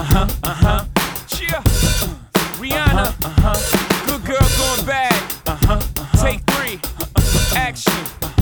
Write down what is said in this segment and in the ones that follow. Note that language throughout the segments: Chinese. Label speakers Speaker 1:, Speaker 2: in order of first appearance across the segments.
Speaker 1: Cheer. Rihanna. Good girl going bad. Take 3. Action.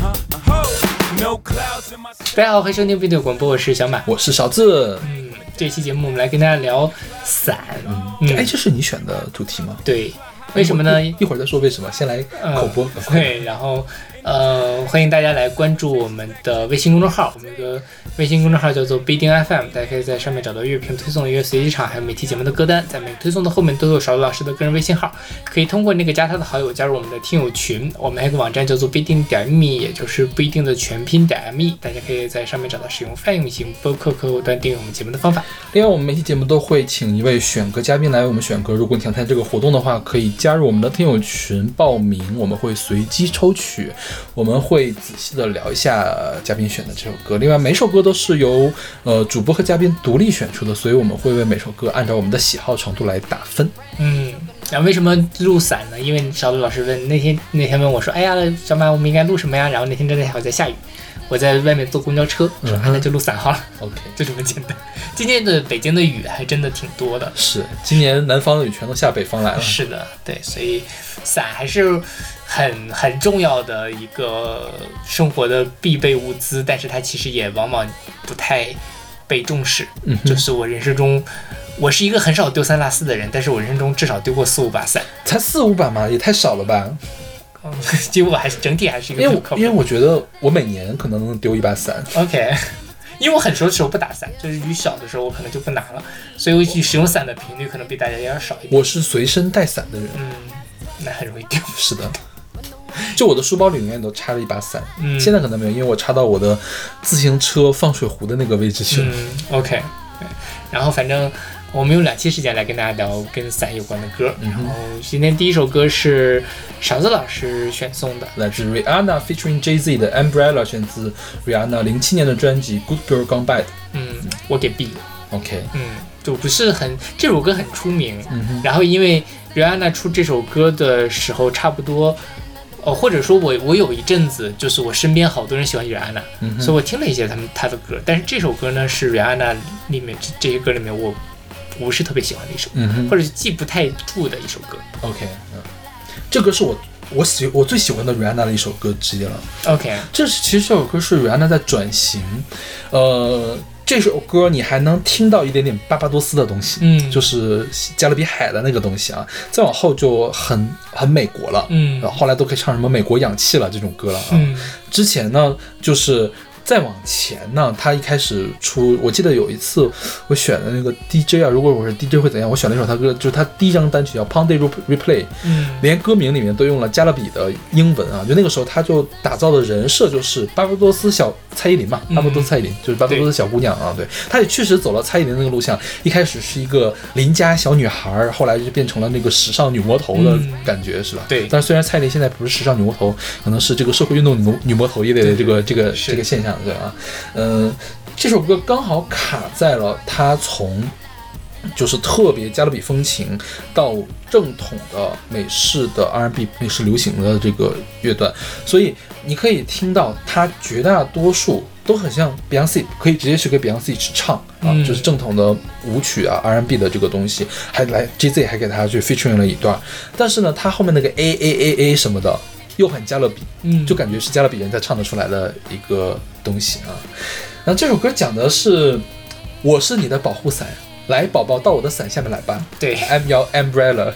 Speaker 1: Ho. No clouds in my.
Speaker 2: 大家好，欢迎收听必对广播，我是小马，
Speaker 3: 我是勺子。
Speaker 2: 这期节目我们来跟大家聊伞。
Speaker 3: 这是你选的主题吗？
Speaker 2: 对，为什么呢？
Speaker 3: 一会儿再说为什么，先来口播。
Speaker 2: 对，然后欢迎大家来关注我们的微信公众号，我们的微信公众号叫做不一定 FM， 大家可以在上面找到乐评推送、音乐随机场，还有每期节目的歌单，在每个推送的后面都有勺子老师的个人微信号，可以通过那个加他的好友加入我们的听友群。我们还有个网站叫做不一定.me， 也就是不一定的全拼.me， 大家可以在上面找到使用泛用型播客客户端订阅我们节目的方法。
Speaker 3: 另外，我们每期节目都会请一位选歌嘉宾来为我们选歌。如果你想参加这个活动的话，可以加入我们的听友群报名，我们会随机抽取，我们会仔细的聊一下嘉宾选的这首歌。另外，每首歌都是由主播和嘉宾独立选出的，所以我们会为每首歌按照我们的喜好程度来打分。
Speaker 2: 然后为什么录伞呢？因为勺子老师问那天问我说，哎呀，小马，我们应该录什么呀？然后那天真的还在下雨，我在外面坐公交车，说那就录伞好了。
Speaker 3: OK，
Speaker 2: 就这么简单。今天的北京的雨还真的挺多的。
Speaker 3: 是，今年南方的雨全都下北方来了。
Speaker 2: 是的，对，所以伞还是很重要的一个生活的必备物资，但是它其实也往往不太被重视。就是我人生中，我是一个很少丢三落四的人，但是我人生中至少丢过4-5把伞。
Speaker 3: 才4-5把吗？也太少了吧。
Speaker 2: 结果还是整体还是一个
Speaker 3: 因为我觉得我每年可能能丢1把伞。
Speaker 2: OK， 因为我很多时候不打伞，就是雨小的时候我可能就不拿了，所以我使用伞的频率可能比大家有点少一点。
Speaker 3: 我是随身带伞的人。
Speaker 2: 那很容易丢。
Speaker 3: 是的，就我的书包里面都插了1把伞。现在可能没有，因为我插到我的自行车放水壶的那个位置去了。
Speaker 2: OK， 然后反正我们用2期时间来跟大家聊跟伞有关的歌。然后今天第一首歌是勺子老师选送的，
Speaker 3: 来自 Rihanna featuring Jay-Z 的 Umbrella， 选自 Rihanna 07年的专辑 Good Girl Gone Bad。
Speaker 2: 我给 B。
Speaker 3: OK，
Speaker 2: 就不是很，这首歌很出名。然后因为 Rihanna 出这首歌的时候差不多或者说我有一阵子就是我身边好多人喜欢 Rihanna，所以我听了一些他的歌，但是这首歌呢是 Rihanna 里面这些歌里面我不是特别喜欢的一首歌，或者是记不太住的一首歌。
Speaker 3: OK， 这歌是我最喜欢的 Rihanna 的一首歌之一了。
Speaker 2: OK，
Speaker 3: 其实这首歌是 Rihanna 在转型。这首歌你还能听到一点点巴巴多斯的东西，就是加勒比海的那个东西啊。再往后就很美国了，然后后来都可以唱什么美国氧气了这种歌了啊。之前呢就是再往前呢，他一开始出，我记得有一次我选的那个 DJ 啊，如果我是 DJ 会怎样？我选了一首他歌，就是他第一张单曲叫 Pound Replay， 连歌名里面都用了加勒比的英文啊。就那个时候他就打造的人设就是巴巴多斯小蔡依林嘛，巴巴多斯蔡依林就是巴巴多斯小姑娘啊。对，他也确实走了蔡依林那个路线，一开始是一个邻家小女孩，后来就变成了那个时尚女魔头的感觉，是吧？
Speaker 2: 对。
Speaker 3: 但是虽然蔡依林现在不是时尚女魔头，可能是这个社会运动女魔头一类的这个现象。对啊，这首歌刚好卡在了他从就是特别加勒比风情到正统的美式的 R&B 美式流行的这个乐段，所以你可以听到他绝大多数都很像 Beyonce， 可以直接是给 Beyonce 去唱啊，就是正统的舞曲啊 R&B 的这个东西，还来 Jay-Z 还给他去 featuring 了一段，但是呢，他后面那个 A 什么的又很加勒比，就感觉是加勒比人才唱得出来的一个东西啊。然后这首歌讲的是我是你的保护伞，来宝宝到我的伞下面来吧。
Speaker 2: 对
Speaker 3: ，I'm your umbrella，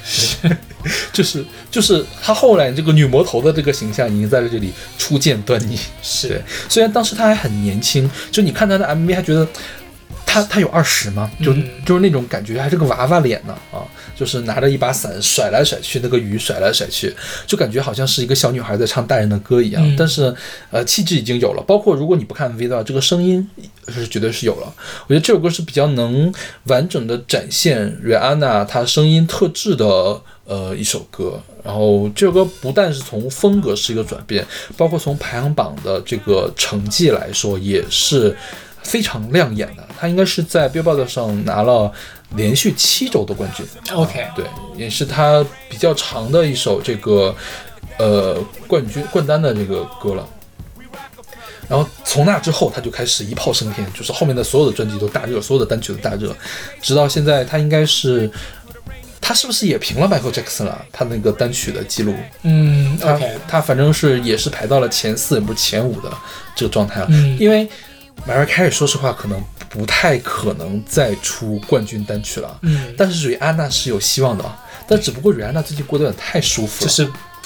Speaker 3: 就是他后来这个女魔头的这个形象已经在这里初见端倪。
Speaker 2: 是，
Speaker 3: 对，虽然当时他还很年轻，就你看他的 MV 还觉得他有20吗？就是那种感觉，还是个娃娃脸呢啊！就是拿着一把伞甩来甩去，那个雨甩来甩去，就感觉好像是一个小女孩在唱大人的歌一样。但是气质已经有了，包括如果你不看 MV 的话，这个声音是绝对是有了。我觉得这首歌是比较能完整的展现 Rihanna 她声音特质的一首歌。然后这首歌不但是从风格是一个转变，包括从排行榜的这个成绩来说也是非常亮眼的。他应该是在 Billboard 上拿了连续7周的冠军。
Speaker 2: OK，
Speaker 3: 对，也是他比较长的一首这个冠单的这个歌了。 然后从那之后他就开始一炮升天，就是后面的所有的专辑都大热，所有的单曲都大热，直到现在他应该是。他是不是也平了 Michael Jackson 了？他那个单曲的记录，他反正是也是排到了前4，也不是前5的这个状态了。因为 Mariah Carey 说实话可能不太可能再出冠军单曲了，但是 Rihanna 是有希望的，但只不过 Rihanna 最近过得有点太舒服了，
Speaker 2: 就是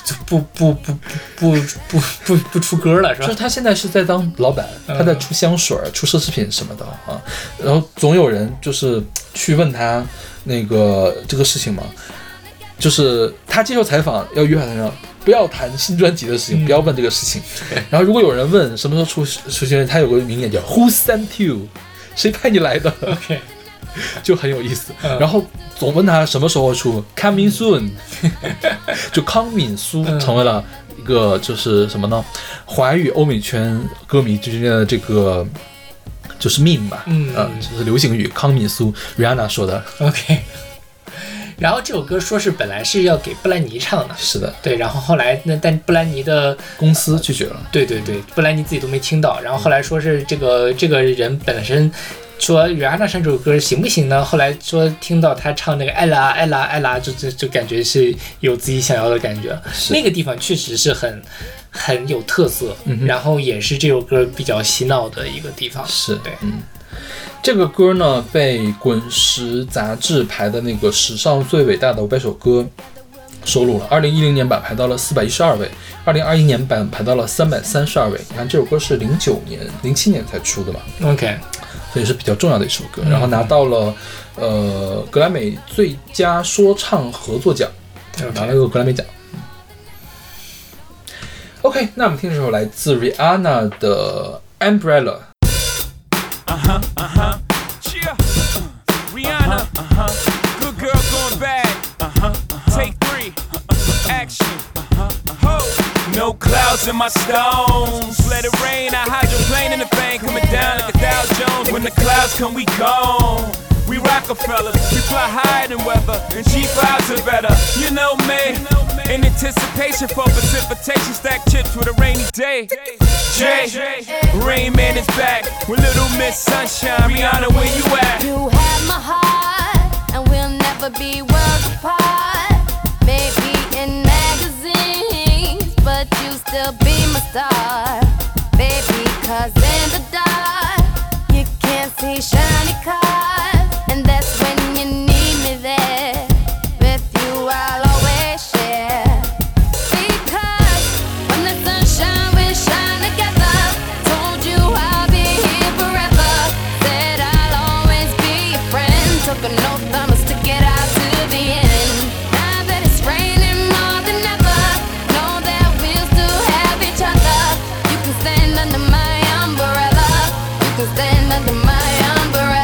Speaker 2: 不出歌了，是吧？
Speaker 3: 就是他现在是在当老板，他在出香水、出奢侈品什么的啊，然后总有人就是去问他。那个这个事情嘛，就是他接受采访要约翰上不要谈新专辑的事情，不要问这个事情。然后如果有人问什么时候出新，他有个名言叫 Who sent you？ 谁派你来的？
Speaker 2: OK，
Speaker 3: 就很有意思。然后总问他什么时候出 Coming soon， 就康敏苏成为了一个就是什么呢？华语欧美圈歌迷之间的这个。就是 meme 吧，就是流行语，康敏苏 Rihanna 说的。
Speaker 2: OK， 然后这首歌说是本来是要给布兰妮唱的，
Speaker 3: 是的，
Speaker 2: 对，然后后来但布兰妮的
Speaker 3: 公司拒绝了，
Speaker 2: 对，布兰妮自己都没听到，然后后来说是这个人本身说 Rihanna 唱这首歌行不行呢？后来说听到他唱那个艾拉，就感觉是有自己想要的感觉，那个地方确实是很有特色，然后也是这首歌比较洗脑的一个地方。
Speaker 3: 是，
Speaker 2: 对，
Speaker 3: 这个歌呢被滚石杂志排的那个史上最伟大的500首歌收录了，2010年版排到了412位，2021年版排到了332位。你看这首歌是07年才出的嘛
Speaker 2: ，OK，
Speaker 3: 所以是比较重要的一首歌，然后拿到了格莱美最佳说唱合作奖，拿了个格莱美奖。OK， 那我们听这首来自 Rihanna 的 Umbrella。
Speaker 1: Rihanna, good girl going bad. Take 3, action. Ho, no clouds in my stones. Let it rain, I hydroplane in the bank, coming down like a Dow Jones. When the clouds come, we gone. We Rockefellers, we fly higher than weather, and G5s are better. You know me, in anticipation for precipitation, stack chips with a rainy day. Jay, Rain Man is back with Little Miss Sunshine. Rihanna, where you at?
Speaker 4: You have my heart, and we'll never be worlds apart. Maybe in magazines, but you still be my star. Baby, 'cause in the dark, you can't see shiny cars. And that's when you need me there. With you I'll always share. Because when the sunshine we shine together. Told you I'll be here forever. Said I'll always be your friend. Took an oath I'ma stick it out to the end. Now that it's raining more than ever, know that we'll still have each other. You can stand under my umbrella. You can stand under my umbrella.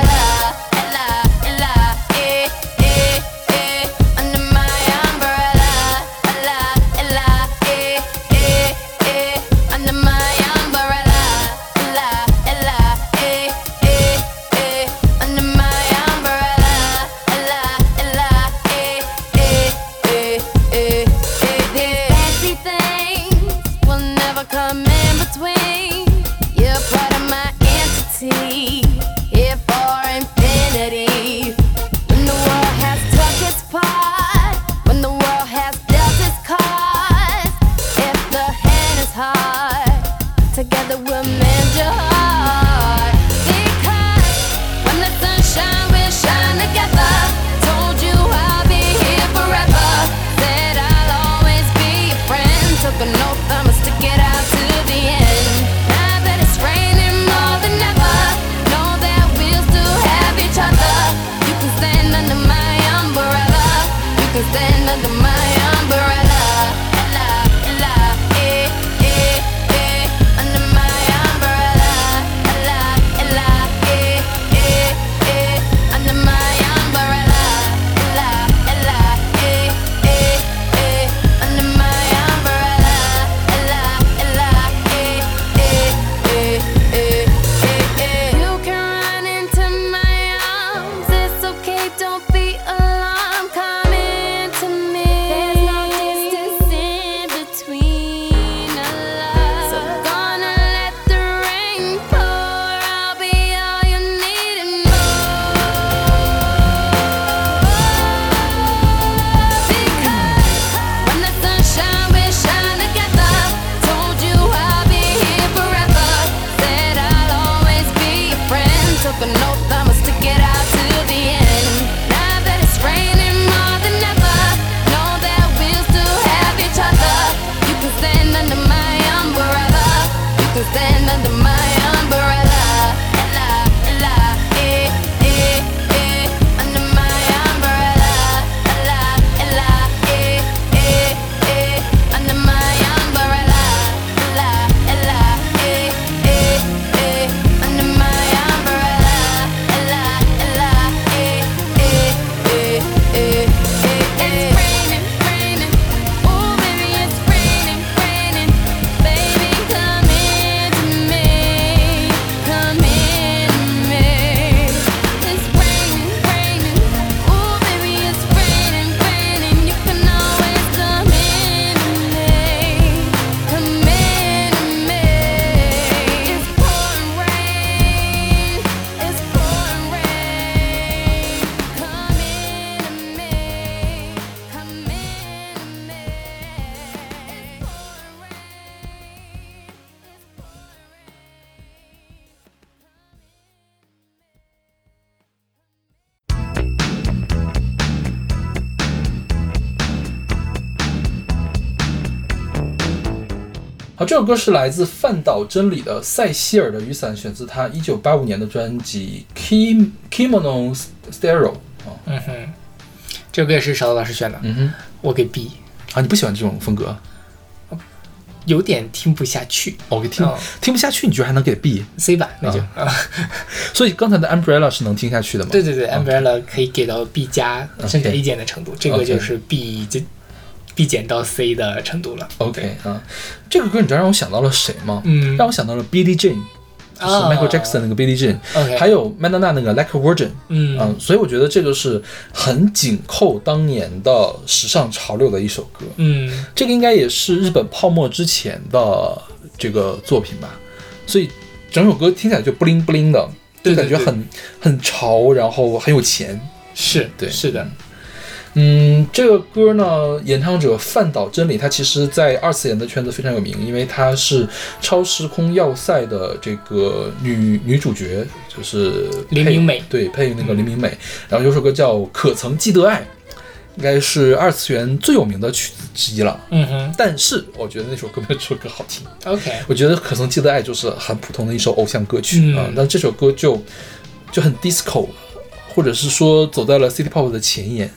Speaker 3: 好，这首歌是来自饭岛真理的塞西尔的雨伞，选自他1985年的专辑 Kimono Stereo。
Speaker 2: 这首歌也是勺子老师选的。我给 B。
Speaker 3: 你不喜欢这种风格？
Speaker 2: 有点听不下去。
Speaker 3: OK， 听不下去，你居然还能给 B？C
Speaker 2: 吧，那就
Speaker 3: 所以刚才的 Umbrella 是能听下去的吗？
Speaker 2: 对对对，Umbrella 可以给到 B 加甚至 A 减的程度，这个就是 B 减到 C 的程度了。
Speaker 3: OK 这个歌你知道让我想到了谁吗？让我想到了 Billie Jean。就是 Michael Jackson 那个 Billie Jean，还有 Madonna 那个 Like a Virgin，所以我觉得这个是很紧扣当年的时尚潮流的一首歌。这个应该也是日本泡沫之前的这个作品吧，所以整首歌听起来就不灵不灵的，就感觉很潮，然后很有钱。
Speaker 2: 是，
Speaker 3: 对，
Speaker 2: 是的。
Speaker 3: 这个歌呢，演唱者饭岛真理，他其实在二次元的圈子非常有名，因为他是超时空要塞的这个女主角，就是
Speaker 2: 林明美，
Speaker 3: 对，配那个林明美。然后有首歌叫《可曾记得爱》，应该是二次元最有名的曲子之一了。但是我觉得那首歌没有这首歌好听。
Speaker 2: OK， 我
Speaker 3: 觉得《可曾记得爱》就是很普通的一首偶像歌曲但这首歌就很 disco。或者是说走在了 City Pop 的前沿。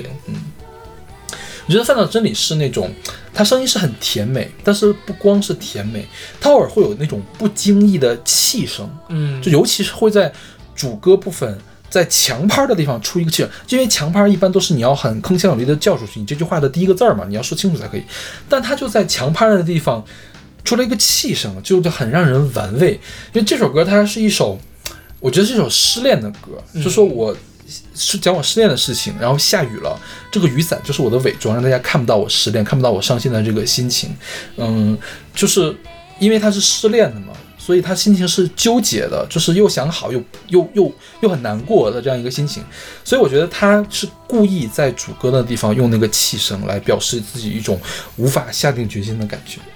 Speaker 3: 我觉得饭岛真理是那种，他声音是很甜美，但是不光是甜美，他偶尔会有那种不经意的气声。就尤其是会在主歌部分，在强拍的地方出一个气声，因为强拍一般都是你要很铿锵有力的叫出去，你这句话的第一个字嘛，你要说清楚才可以。但他就在强拍的地方出了一个气声，就很让人玩味。因为这首歌它是一首。我觉得是一首失恋的歌，就说我是讲我失恋的事情，然后下雨了，这个雨伞就是我的伪装，让大家看不到我失恋，看不到我伤心的这个心情。就是因为他是失恋的嘛，所以他心情是纠结的，就是又想好又很难过的这样一个心情。所以我觉得他是故意在主歌的地方用那个气声来表示自己一种无法下定决心的感觉。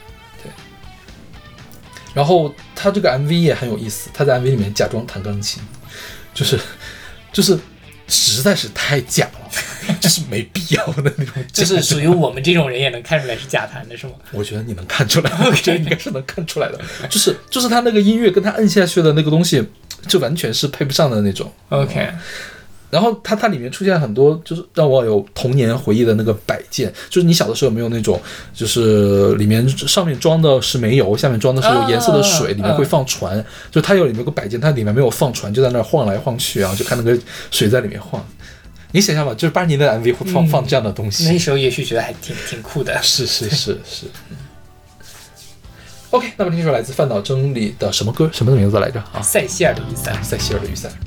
Speaker 3: 然后他这个 MV 也很有意思，他在 MV 里面假装弹钢琴，就是实在是太假了，就是没必要的那种。
Speaker 2: 就是属于我们这种人也能看出来是假弹的，是吗？
Speaker 3: 我觉得你能看出来，我觉得应该是能看出来的。就是他那个音乐跟他摁下去的那个东西，就完全是配不上的那种。
Speaker 2: OK。
Speaker 3: 然后它里面出现很多就是让我有童年回忆的那个摆件，就是你小的时候有没有那种，就是里面上面装的是煤油，下面装的是有颜色的水，里面会放船，就它有里面有个摆件，它里面没有放船，就在那儿晃来晃去，然后就看那个水在里面晃。你想象吧，就是80年代的 MV 会放这样的东西，
Speaker 2: 那时候也许觉得还挺酷的。
Speaker 3: 是。OK， 那么听说来自饭岛真理的什么歌？什么名字来着啊？
Speaker 2: 塞西尔的雨伞。
Speaker 3: 塞西尔的雨伞。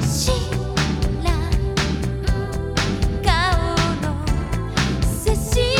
Speaker 4: 顔の接し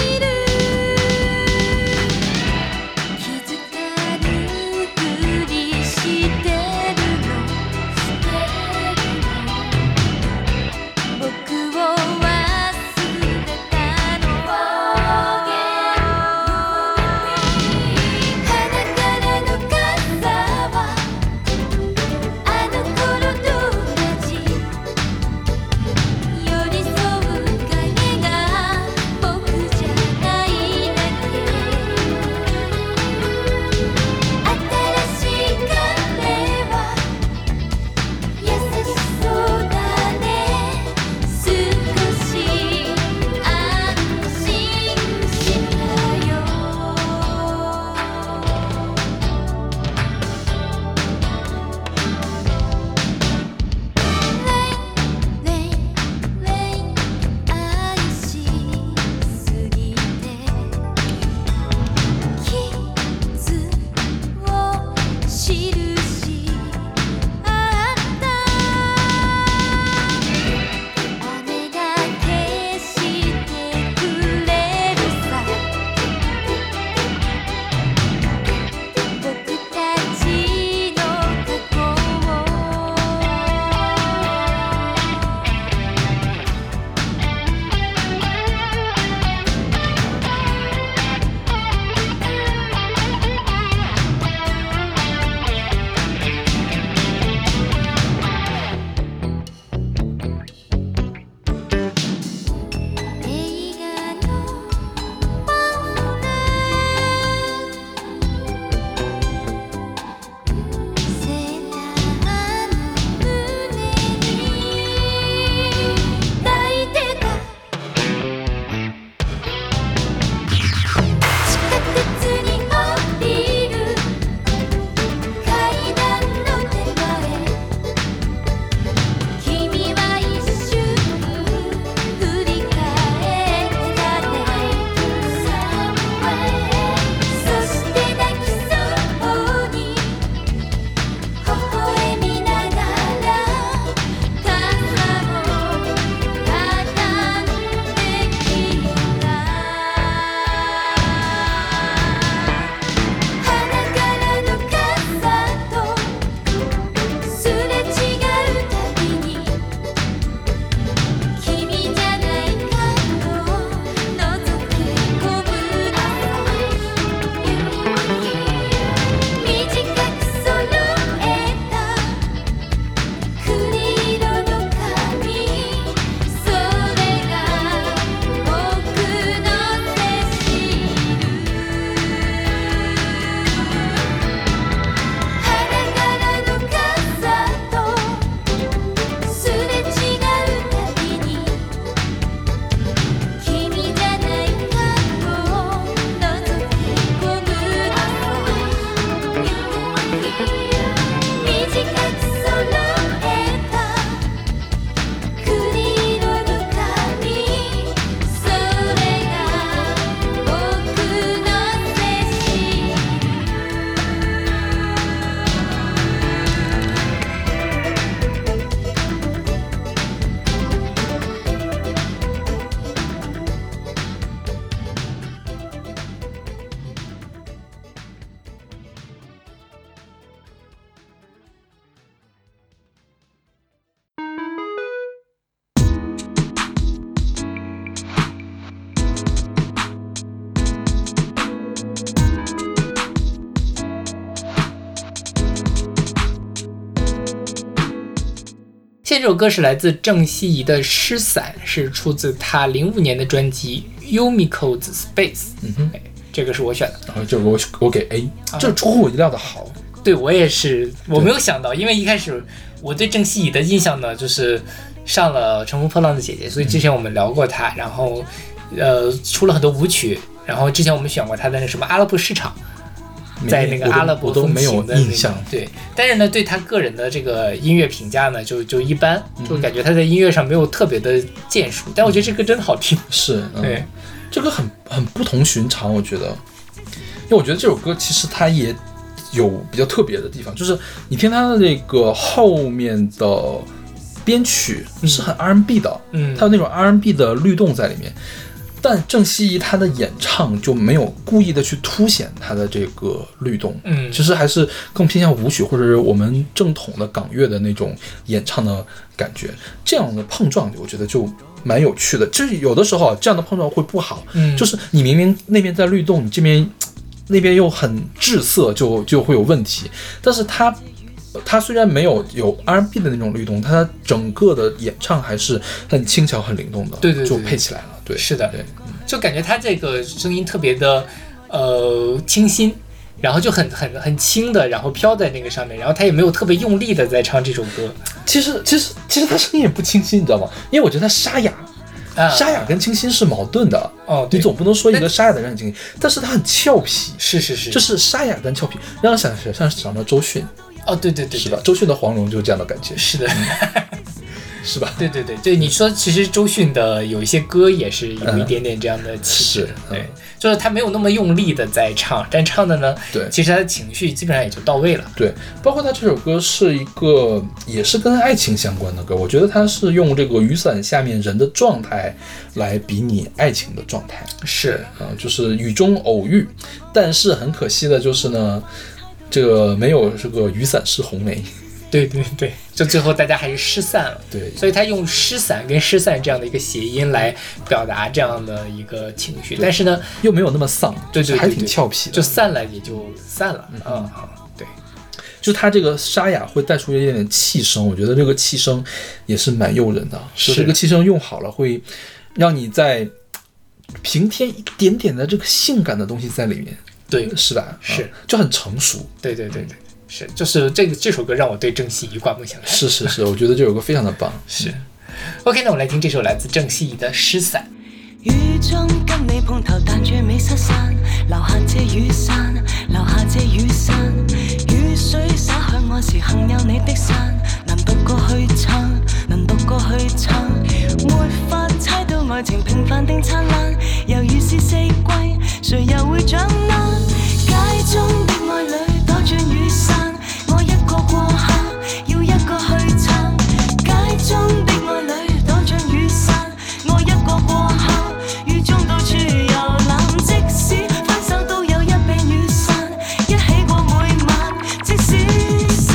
Speaker 2: 现这首歌是来自郑希怡的《诗伞》，是出自她05年的专辑 Yumiko's Space。这个是我选的。
Speaker 3: 然后这个我给 A，这出乎我意料的好。
Speaker 2: 对，我也是，我没有想到，因为一开始我对郑希怡的印象呢，就是上了《乘风破浪的姐姐》，所以之前我们聊过她，然后出了很多舞曲，然后之前我们选过她的那什么阿拉伯市场。在那个阿拉伯风情的
Speaker 3: 印象，
Speaker 2: 对，但是呢，对他个人的这个音乐评价呢，就一般，就感觉他在音乐上没有特别的建树，但我觉得这歌真的好听，
Speaker 3: 是，
Speaker 2: 对，
Speaker 3: 这个很不同寻常，我觉得，因为我觉得这首歌其实它也有比较特别的地方，就是你听它的这个后面的编曲是很 R&B 的，它有那种 R&B 的律动在里面。但郑希怡她的演唱就没有故意的去凸显她的这个律动，其实还是更偏向舞曲或者是我们正统的港乐的那种演唱的感觉。这样的碰撞，我觉得就蛮有趣的。就是有的时候这样的碰撞会不好，就是你明明那边在律动，你这边那边又很滞涩，就会有问题。但是它虽然没有 R&B 的那种律动，它整个的演唱还是很轻巧、很灵动的，
Speaker 2: 对，
Speaker 3: 就配起来了。对，
Speaker 2: 是的，对，就感觉他这个声音特别的清新，然后就很轻的，然后飘在那个上面，然后他也没有特别用力的在唱这首歌。
Speaker 3: 其实他声音也不清新，你知道吗？因为我觉得他沙哑。沙哑跟清新是矛盾的你总不能说一个沙哑的人很清新，但是他很俏皮，
Speaker 2: 是，
Speaker 3: 就是沙哑跟俏皮，让人想到周迅。
Speaker 2: 对，
Speaker 3: 是吧？周迅的黄蓉就是这样的感觉，
Speaker 2: 是的。
Speaker 3: 是吧？
Speaker 2: 对，你说其实周迅的有一些歌也是有一点点这样的气质，对，就是他没有那么用力的在唱，但唱的呢，
Speaker 3: 对，
Speaker 2: 其实他的情绪基本上也就到位了。
Speaker 3: 对，包括他这首歌是一个也是跟爱情相关的歌，我觉得他是用这个雨伞下面人的状态来比拟爱情的状态，
Speaker 2: 是
Speaker 3: 就是雨中偶遇，但是很可惜的就是呢，这个没有这个雨伞是红梅。
Speaker 2: 对，就最后大家还是失散了。
Speaker 3: 对，
Speaker 2: 所以他用失散跟失散这样的一个谐音来表达这样的一个情绪，但是呢
Speaker 3: 又没有那么丧，
Speaker 2: 对，
Speaker 3: 还挺俏皮的，
Speaker 2: 就散了也就散了。对，
Speaker 3: 就他这个沙哑会带出一点点气声，我觉得这个气声也是蛮诱人的，是这个气声用好了会让你在平添一点点的这个性感的东西在里面，
Speaker 2: 对，
Speaker 3: 是吧？
Speaker 2: 是，
Speaker 3: 就很成熟。
Speaker 2: 对。是，就是这首歌让我对郑希怡刮目相看。
Speaker 3: 是，我觉得这首歌非常的棒。
Speaker 2: 是 ，OK， 那我们来听这首来自郑希怡的《失散》。
Speaker 5: 雨中跟你碰頭，但最尾失散，留下這雨傘，留下這雨傘，雨水灑向我時，幸有你的傘，能獨個去撐，能獨個去撐，沒法猜到愛情平凡定燦爛，猶如是四季，誰又會掌握？街中的愛侶躲進雨傘，我一個過客，要一個去撐，街中的愛侶躲進雨傘，我一個過客。雨中到處遊覽，即使分手都有一柄雨傘，一起過每晚，即使失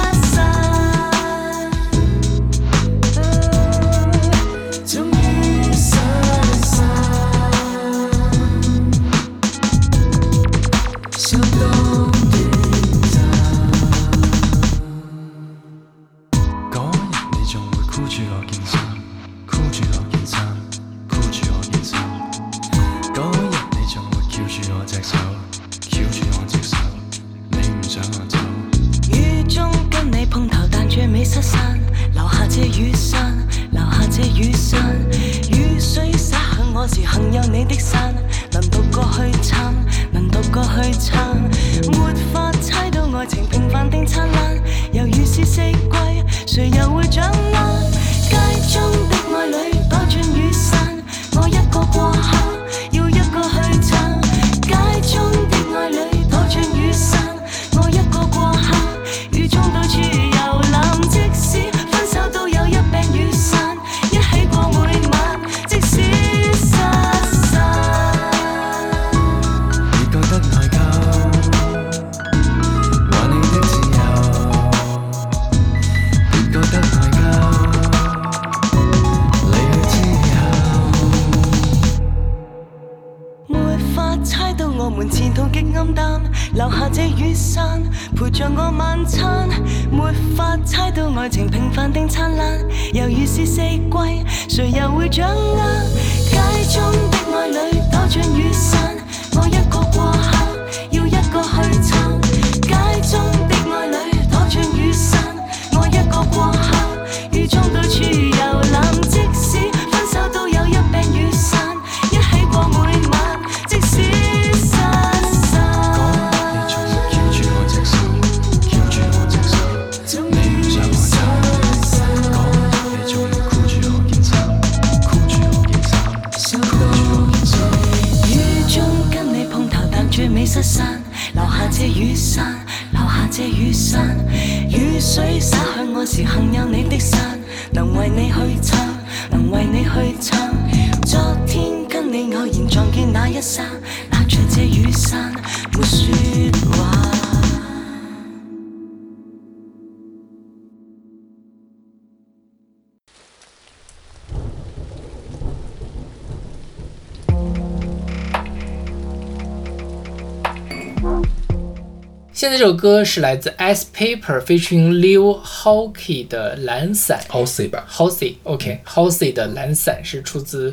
Speaker 5: 散，終於失散，相當短暫。嗰日你仲會箍住我件衫，箍住我件衫。嗰日你仲會翹住我隻手，翹住我隻手，你唔想我走。雨中跟你碰頭，但最尾失散，留下這雨傘，留下這雨傘，雨水灑向我時，幸有你的傘，能獨個去撐，能獨個去撐，沒法猜到愛情平凡定燦爛，猶如是四季，誰又會掌握？街中的愛侶躲進雨傘，我一個過客。要一個去撐，街中的愛侶躲進雨傘，我一個過客，雨中到處遊覽，即使分手都有一柄雨傘，一起過每晚，即使失散。你覺得內疚，話你的自由，別覺得內疚。 猜到我們前途極暗淡，留下這雨傘陪着我晚餐，沒法猜到愛情平凡定燦爛，猶如是四季，誰又會掌握？街中的愛侶躲進雨傘，我一個過客，要一個去撐。街中的愛侶躲進雨傘，我一個過客，雨中到處遊覽，即使分手都有一柄雨傘，一起過每晚，即使散散。
Speaker 6: 你從沒翹住我隻手，翹住我隻手，你唔想我走。講你從沒箍住我件衫，箍住我件衫，箍住我件衫。
Speaker 5: 雨中跟你碰頭，但最尾失散，留下這雨傘，留下這雨傘。雨水灑向我時，幸有你的傘，能為你去撐，能為你去撐。昨天跟你偶然撞見那一剎，拿着這雨傘，沒說話。
Speaker 2: 现在这首歌是来自 Ice Paper featuring Lil Hawkey 的懒散
Speaker 3: Halsey 吧
Speaker 2: Halsey OK Halsey 的懒散是出自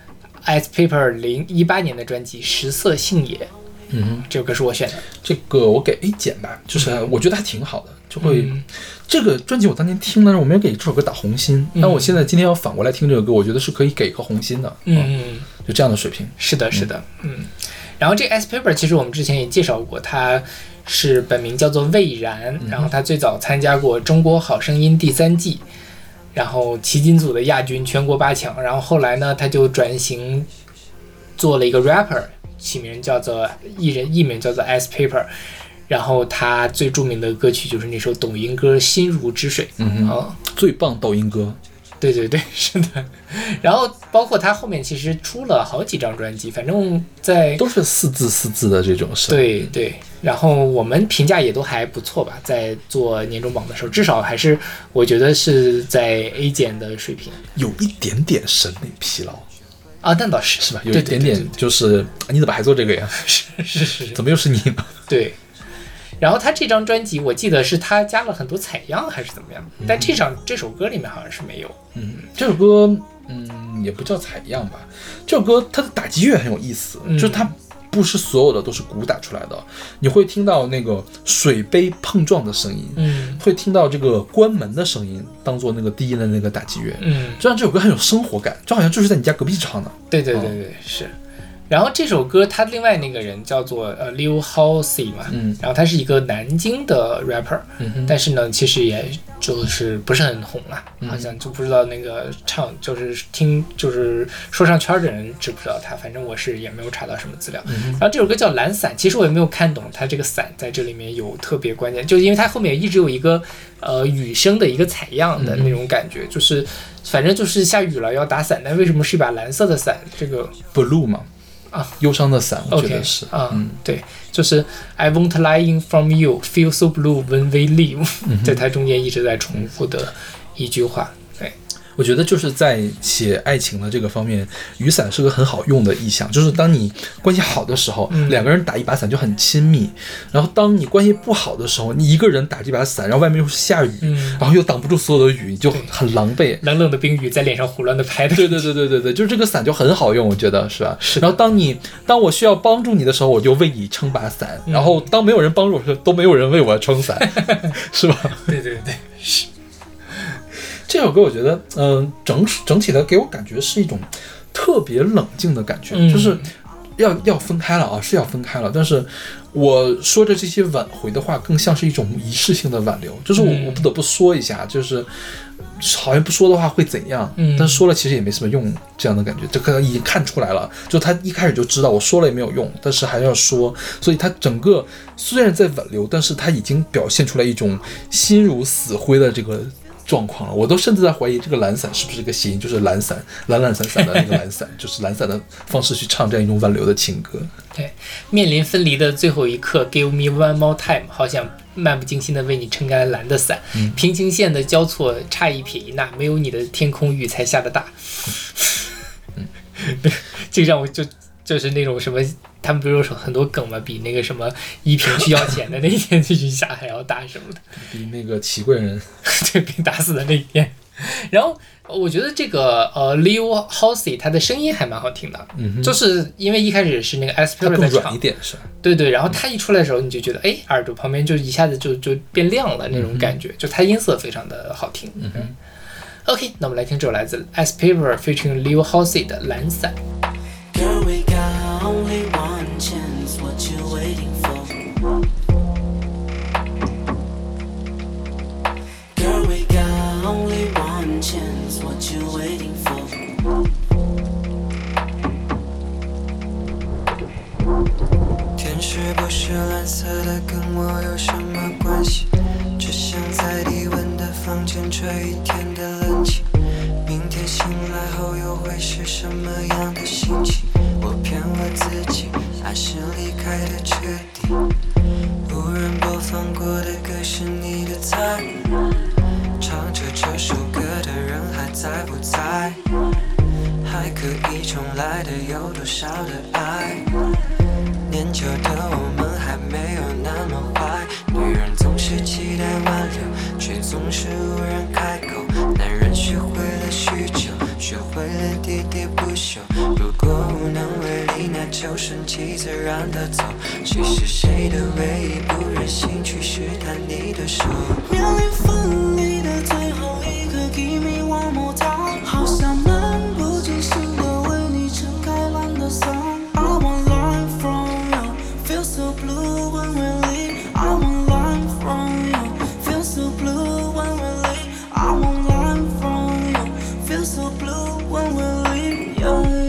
Speaker 2: Ice Paper 2018年的专辑食色性也。这首歌是我选的，
Speaker 3: 这个我给 A 减吧，就是我觉得还挺好的，就会、这个专辑我当年听的，我没有给这首歌打红心，但我现在今天要反过来听这首歌，我觉得是可以给个红心的，就这样的水平。
Speaker 2: 是的，是的，然后这个 Ice Paper 其实我们之前也介绍过，他是本名叫做魏然，然后他最早参加过《中国好声音》第3季，然后旗锦组的亚军，全国8强，然后后来呢，他就转型做了一个 rapper， 起名叫做艺名叫做 Ice Paper， 然后他最著名的歌曲就是那首抖音歌《心如止水》，
Speaker 3: 最棒抖音歌。
Speaker 2: 对对对，是的。然后包括他后面其实出了好几张专辑，反正在
Speaker 3: 都是4字的这种事。
Speaker 2: 对对，然后我们评价也都还不错吧，在做年终榜的时候，至少还是我觉得是在 A 减的水平，
Speaker 3: 有一点点审美疲劳
Speaker 2: 啊，那倒是
Speaker 3: 是吧？有一点点就是你怎么还做这个呀？
Speaker 2: 是，
Speaker 3: 怎么又是你呢？
Speaker 2: 对。然后他这张专辑我记得是他加了很多采样还是怎么样，但这首歌里面好像是没有。
Speaker 3: 这首歌也不叫采样吧，这首歌它的打击乐很有意思，就是它不是所有的都是鼓打出来的，你会听到那个水杯碰撞的声音，会听到这个关门的声音当做那个低音的那个打击乐，就让这首歌很有生活感，就好像就是在你家隔壁唱的。对对对对，是。然后这首歌他另外那个人叫做Lil Hawkey 嘛，然后他是一个南京的 rapper，但是呢其实也就是不是很红啦，好像就不知道那个唱就是听就是说唱圈的人知不知道他，反正我是也没有查到什么资料。然后这首歌叫懒散，其实我也没有看懂他这个散在这里面有特别关键，就是因为他后面一直有一个雨声的一个采样的那种感觉，就是反正就是下雨了要打伞，但为什么是一把蓝色的伞？这个 blue 嘛。忧伤的伞，我觉得是
Speaker 2: 对，就是 I won't lie from you, feel so blue when we leave，在它中间一直在重复的一句话。对，
Speaker 3: 我觉得就是在写爱情的这个方面，雨伞是个很好用的意象，就是当你关系好的时候，两个人打一把伞就很亲密，然后当你关系不好的时候，你一个人打这把伞，然后外面又是下雨，然后又挡不住所有的雨，就很狼狈，
Speaker 2: 冷冷的冰雨在脸上胡乱的拍的。
Speaker 3: 对，就是这个伞就很好用，我觉得是吧？然后当我需要帮助你的时候，我就为你撑把伞，然后当没有人帮助我的时候，都没有人为我撑伞，是吧？
Speaker 2: 对，是。
Speaker 3: 这首歌我觉得整体的给我感觉是一种特别冷静的感觉，就是要分开了啊，是要分开了，但是我说着这些挽回的话更像是一种仪式性的挽留，就是我不得不说一下，就是好像不说的话会怎样，但是说了其实也没什么用，这样的感觉这可能已经看出来了，就他一开始就知道我说了也没有用，但是还要说，所以他整个虽然在挽留，但是他已经表现出来一种心如死灰的这个状况了，我都甚至在怀疑这个懒散是不是一个谐音，就是懒散懒懒散散的那个懒散就是懒散的方式去唱这样一种挽留的情歌。
Speaker 2: 对，面临分离的最后一刻 Give me one more time， 好想漫不经心的为你撑开蓝的伞，平行线的交错差一撇一捺，没有你的天空雨才下的大。这个让我就就是那种什么，他们不是有很多梗嘛，比那个什么依萍去要钱的那一天去下还要大什么的，
Speaker 3: 比那个齐贵人
Speaker 2: 对，被打死的那一天。然后我觉得这个Leo Halsey 他的声音还蛮好听的，就是因为一开始是那个 S P
Speaker 3: 他
Speaker 2: R
Speaker 3: 更
Speaker 2: 在唱
Speaker 3: 软一点是吧？
Speaker 2: 对，然后他一出来的时候，你就觉得哎，耳朵旁边就一下子就变亮了那种感觉，就他音色非常的好听。OK， 那我们来听这首来自 S P R featuring Leo Halsey 的懒散。
Speaker 6: Girl, we got only one chance. What you waiting for? Girl, we got only one chance. What you waiting for? 天是不是蓝色的，跟我有什么关系？只想在低温的房间吹一天的冷气。明天醒来后又会是什么样的心情？我骗我自己，还是离开的彻底。无人播放过的歌是你的菜，唱着这首歌的人还在不在？还可以重来的有多少的爱？年久的我们还没有那么坏，女人总是期待挽留，却总是无人开口。男人学会了酗酒，学会了喋喋不休。如果无能为力，那就顺其自然的走。谁是谁的唯一，不忍心去试探你的手。面临分离的最后一刻 ，Give me one more time， 好想漫不经心的为你撑开蓝的伞。I want life from you, feel so blue when we leave. I want life from you, feel so blue when we leave. I want life from you, feel so blue when we leave. Yeah,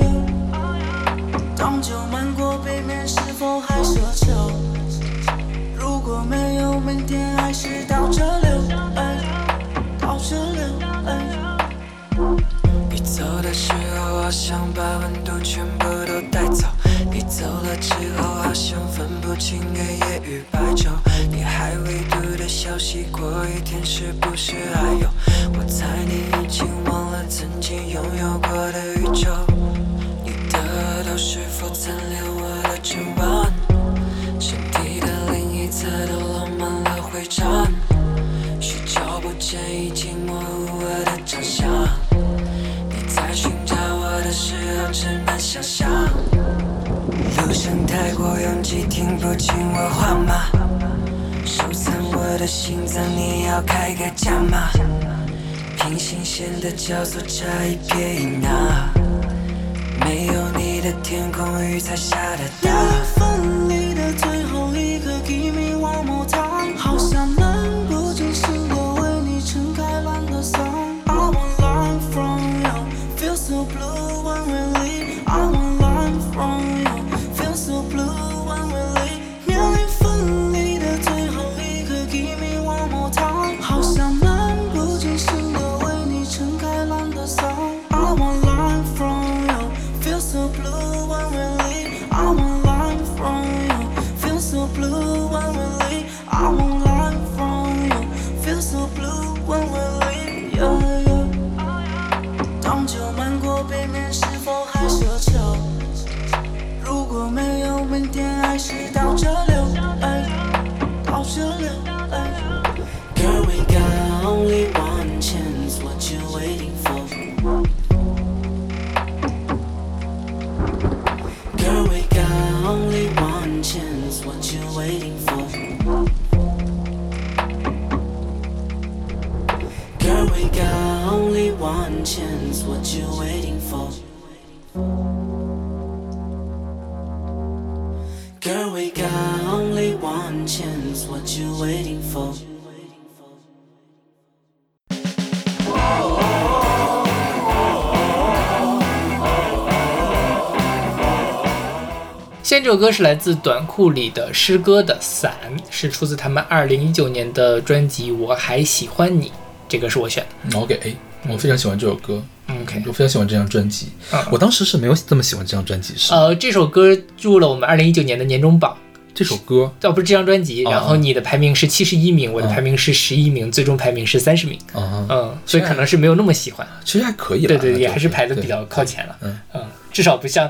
Speaker 6: yeah. 当酒漫过背面，是否还奢求？如果没有明天，还是倒着流，倒着流。你走的时候，好像把温度全部都带走。你走了之后，好像分不清黑夜与白昼。你还未读的消息，过一天是不是还有？我猜你已经忘了曾经拥有过的宇宙。你的头是否残留我的指纹？身体的另一侧都落满了灰尘，许久不见，已经模糊我的长相。你在寻找我的时候，只能想象。路上太过拥挤，听不清我话吗？收藏我的心脏，你要开个价码？平行线的交错差一撇一捺，没有你的天空，雨才下得大。分离的最后一刻 ，Give me one more time， 好想漫不经心的为你撑开蓝的伞。I want life from you, feel so blue when we leave. I want life from you, feel so blue when we leave. 面临分离的最后一刻 ，Give me one more time， 好想漫不经心的为你撑开蓝的伞。I want life from you, feel so blue when we leave. I want life from you, feel so blue when we leave. I want life from you, feel so blue when we leave. Yeah, yeah. 当酒漫过背面，是否还奢求？如果没有明天，还是倒着流，倒着流。Girl, we got only one chance. What you waiting for? Girl, we got only one chance. What you waiting for? Girl, we got only one chance. What you waiting for? Girl, we got only one chance. What you waiting for?
Speaker 2: 现在这首歌是来自短裤里的诗歌的伞，是出自他们2019年的专辑《我还喜欢你》，这个是我选的。
Speaker 3: OK， 我非常喜欢这首歌。
Speaker 2: OK，
Speaker 3: 我非常喜欢这张专辑。我当时是没有这么喜欢这张专辑，是
Speaker 2: 这首歌入了我们2019年的年终榜。
Speaker 3: 这首歌
Speaker 2: 不是这张专辑，然后你的排名是71名，我的排名是11名，最终排名是30名。所以可能是没有那么喜欢。
Speaker 3: 其实还可以了。
Speaker 2: 对，也还是排的比较靠前了。至少不像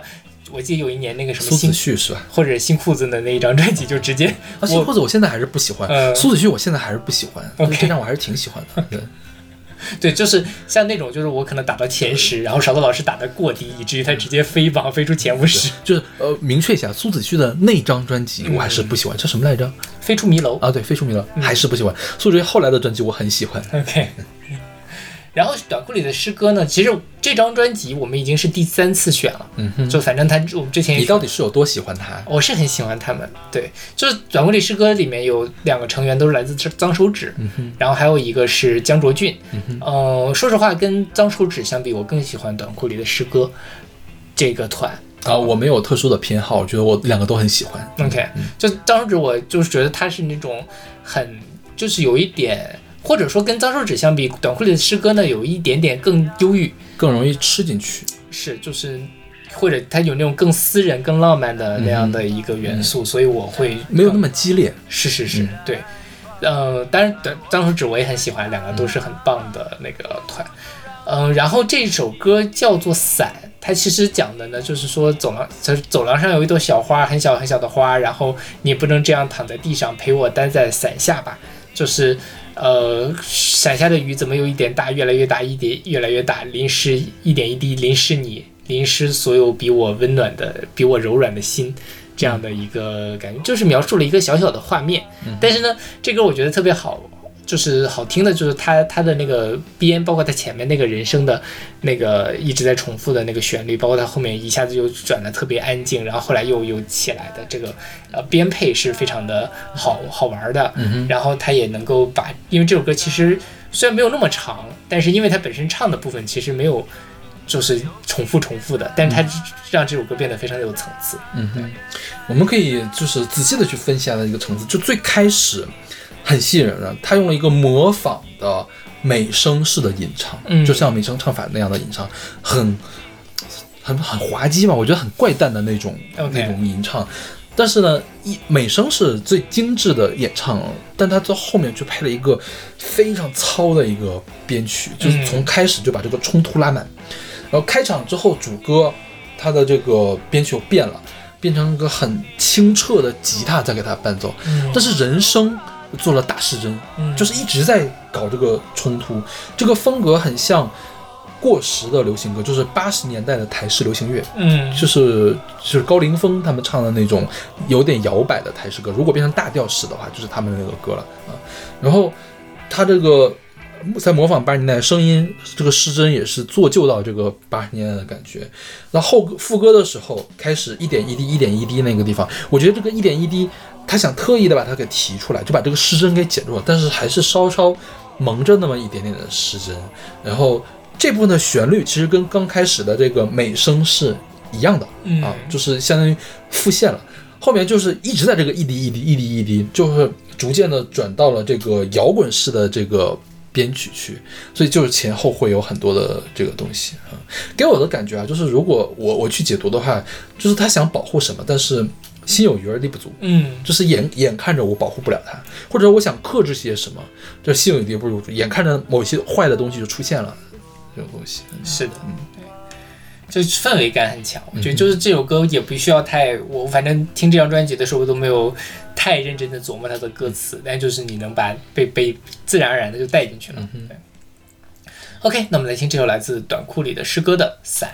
Speaker 2: 我记得有一年那个什么
Speaker 3: 苏子旭是吧？
Speaker 2: 或者新裤子的那一张专辑就直接
Speaker 3: 新裤子我现在还是不喜欢，苏子旭我现在还是不喜欢，这张我还是挺喜欢的。对。
Speaker 2: 对，就是像那种，就是我可能打到前10，然后勺子老师打得过低，以至于他直接飞榜飞出前50。
Speaker 3: 就是明确一下，苏子旭的那张专辑我还是不喜欢，叫什么来着？
Speaker 2: 飞出迷楼
Speaker 3: 啊，对，飞出迷楼还是不喜欢。苏子旭后来的专辑我很喜欢。
Speaker 2: OK。然后短裤里的诗歌呢，其实这张专辑我们已经是第3次选了，就反正我们之前
Speaker 3: 你到底是有多喜欢他？
Speaker 2: 我是很喜欢他们，对，就是短裤里诗歌里面有2个成员都是来自脏手指，然后还有一个是江卓俊，说实话跟脏手指相比，我更喜欢短裤里的诗歌这个团。
Speaker 3: 我没有特殊的偏好，我觉得我2个都很喜欢。
Speaker 2: OK，就脏手指，我就是觉得他是那种就是有一点。或者说跟脏手指相比，短裤里的诗歌呢有一点点更忧郁，
Speaker 3: 更容易吃进去。
Speaker 2: 是，就是或者它有那种更私人、更浪漫的那样的一个元素，所以我会
Speaker 3: 没有那么激烈。
Speaker 2: 是，对。当然脏手指我也很喜欢，2个都是很棒的那个团。然后这首歌叫做《伞》，它其实讲的呢就是说走廊上有一朵小花，很小很小的花，然后你不能这样躺在地上，陪我待在伞下吧，就是。伞下的雨怎么有一点大，越来越大，一点越来越大，淋湿一点一滴，淋湿你，淋湿所有比我温暖的、比我柔软的心，这样的一个感觉，就是描述了一个小小的画面。但是呢，这歌我觉得特别好，就是好听的，就是它的那个编，包括它前面那个人声的那个一直在重复的那个旋律，包括它后面一下子就转得特别安静，然后后来又起来的这个编配是非常的好玩的。然后它也能够因为这首歌其实虽然没有那么长，但是因为它本身唱的部分其实没有就是重复的，但是它让这首歌变得非常有层次。
Speaker 3: 我们可以就是仔细的去分析它的一个层次，就最开始很吸引人的，他用了一个模仿的美声式的吟唱，就像美声唱法那样的吟唱，很滑稽吧，我觉得很怪诞的那种吟唱。但是呢，美声是最精致的演唱，但他在后面就配了一个非常糙的一个编曲，就是从开始就把这个冲突拉满。然后开场之后，主歌他的这个编曲又变了，变成一个很清澈的吉他在给他伴奏，但是人声做了大失真，就是一直在搞这个冲突，这个风格很像过时的流行歌，就是80年代的台式流行乐，就是高凌风他们唱的那种有点摇摆的台式歌，如果变成大调式的话，就是他们的那个歌了啊。然后他这个在模仿80年代声音，这个失真也是做就到这个80年代的感觉。然后副歌的时候开始一点一滴一点一滴那个地方，我觉得这个一点一滴他想特意的把它给提出来，就把这个失真给减弱，但是还是稍稍蒙着那么一点点的失真。然后这部分的旋律其实跟刚开始的这个美声是一样的啊，就是相当于复现了。后面就是一直在这个一滴一滴一滴一滴，就是逐渐的转到了这个摇滚式的这个编曲去，所以就是前后会有很多的这个东西啊。给我的感觉啊，就是如果我去解读的话，就是他想保护什么，但是心有余而力不足，就是眼看着我保护不了他，或者我想克制些什么，这心有余而力不足，眼看着某些坏的东西就出现了，这种东西。
Speaker 2: 是的，就氛围感很强。我觉得就是这首歌也不需要我反正听这张专辑的时候都没有太认真的琢磨它的歌词，但就是你能把被自然而然的就带进去了。OK， 那我们来听这首来自短裤里的诗歌的伞。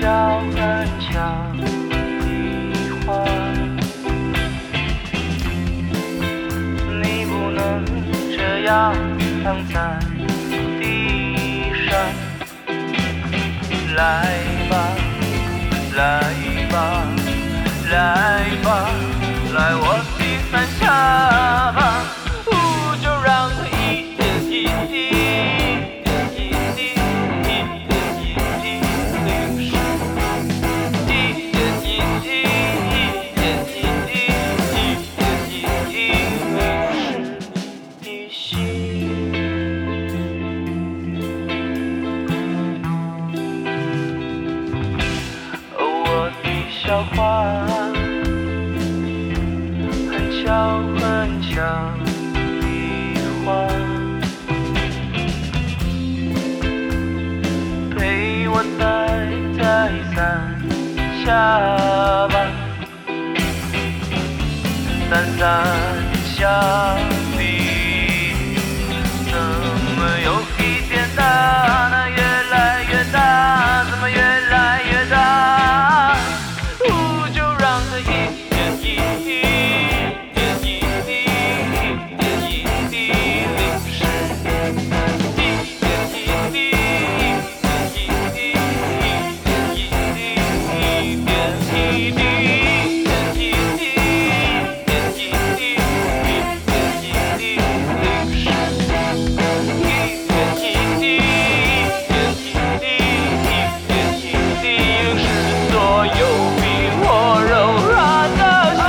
Speaker 5: 巧很巧的话，你不能这样躺在地上。来吧，来吧，来吧，来我的伞下吧，就让它一点一滴，一点一滴，一点一滴淋湿，一点一滴，一点一滴，一点一滴淋湿你心。我的笑话很巧很巧的话，陪我在伞下吧，伞下的怎么有一点大，那越来越大，怎么越来越大，就让它一点一滴，一点一滴，一点一滴淋湿，一点一滴，一点一滴，一点一滴，一点一滴，一点一滴，一点一滴，一点一滴淋湿，一点一滴，一点一滴，一点一滴淋湿所有比我柔软的心。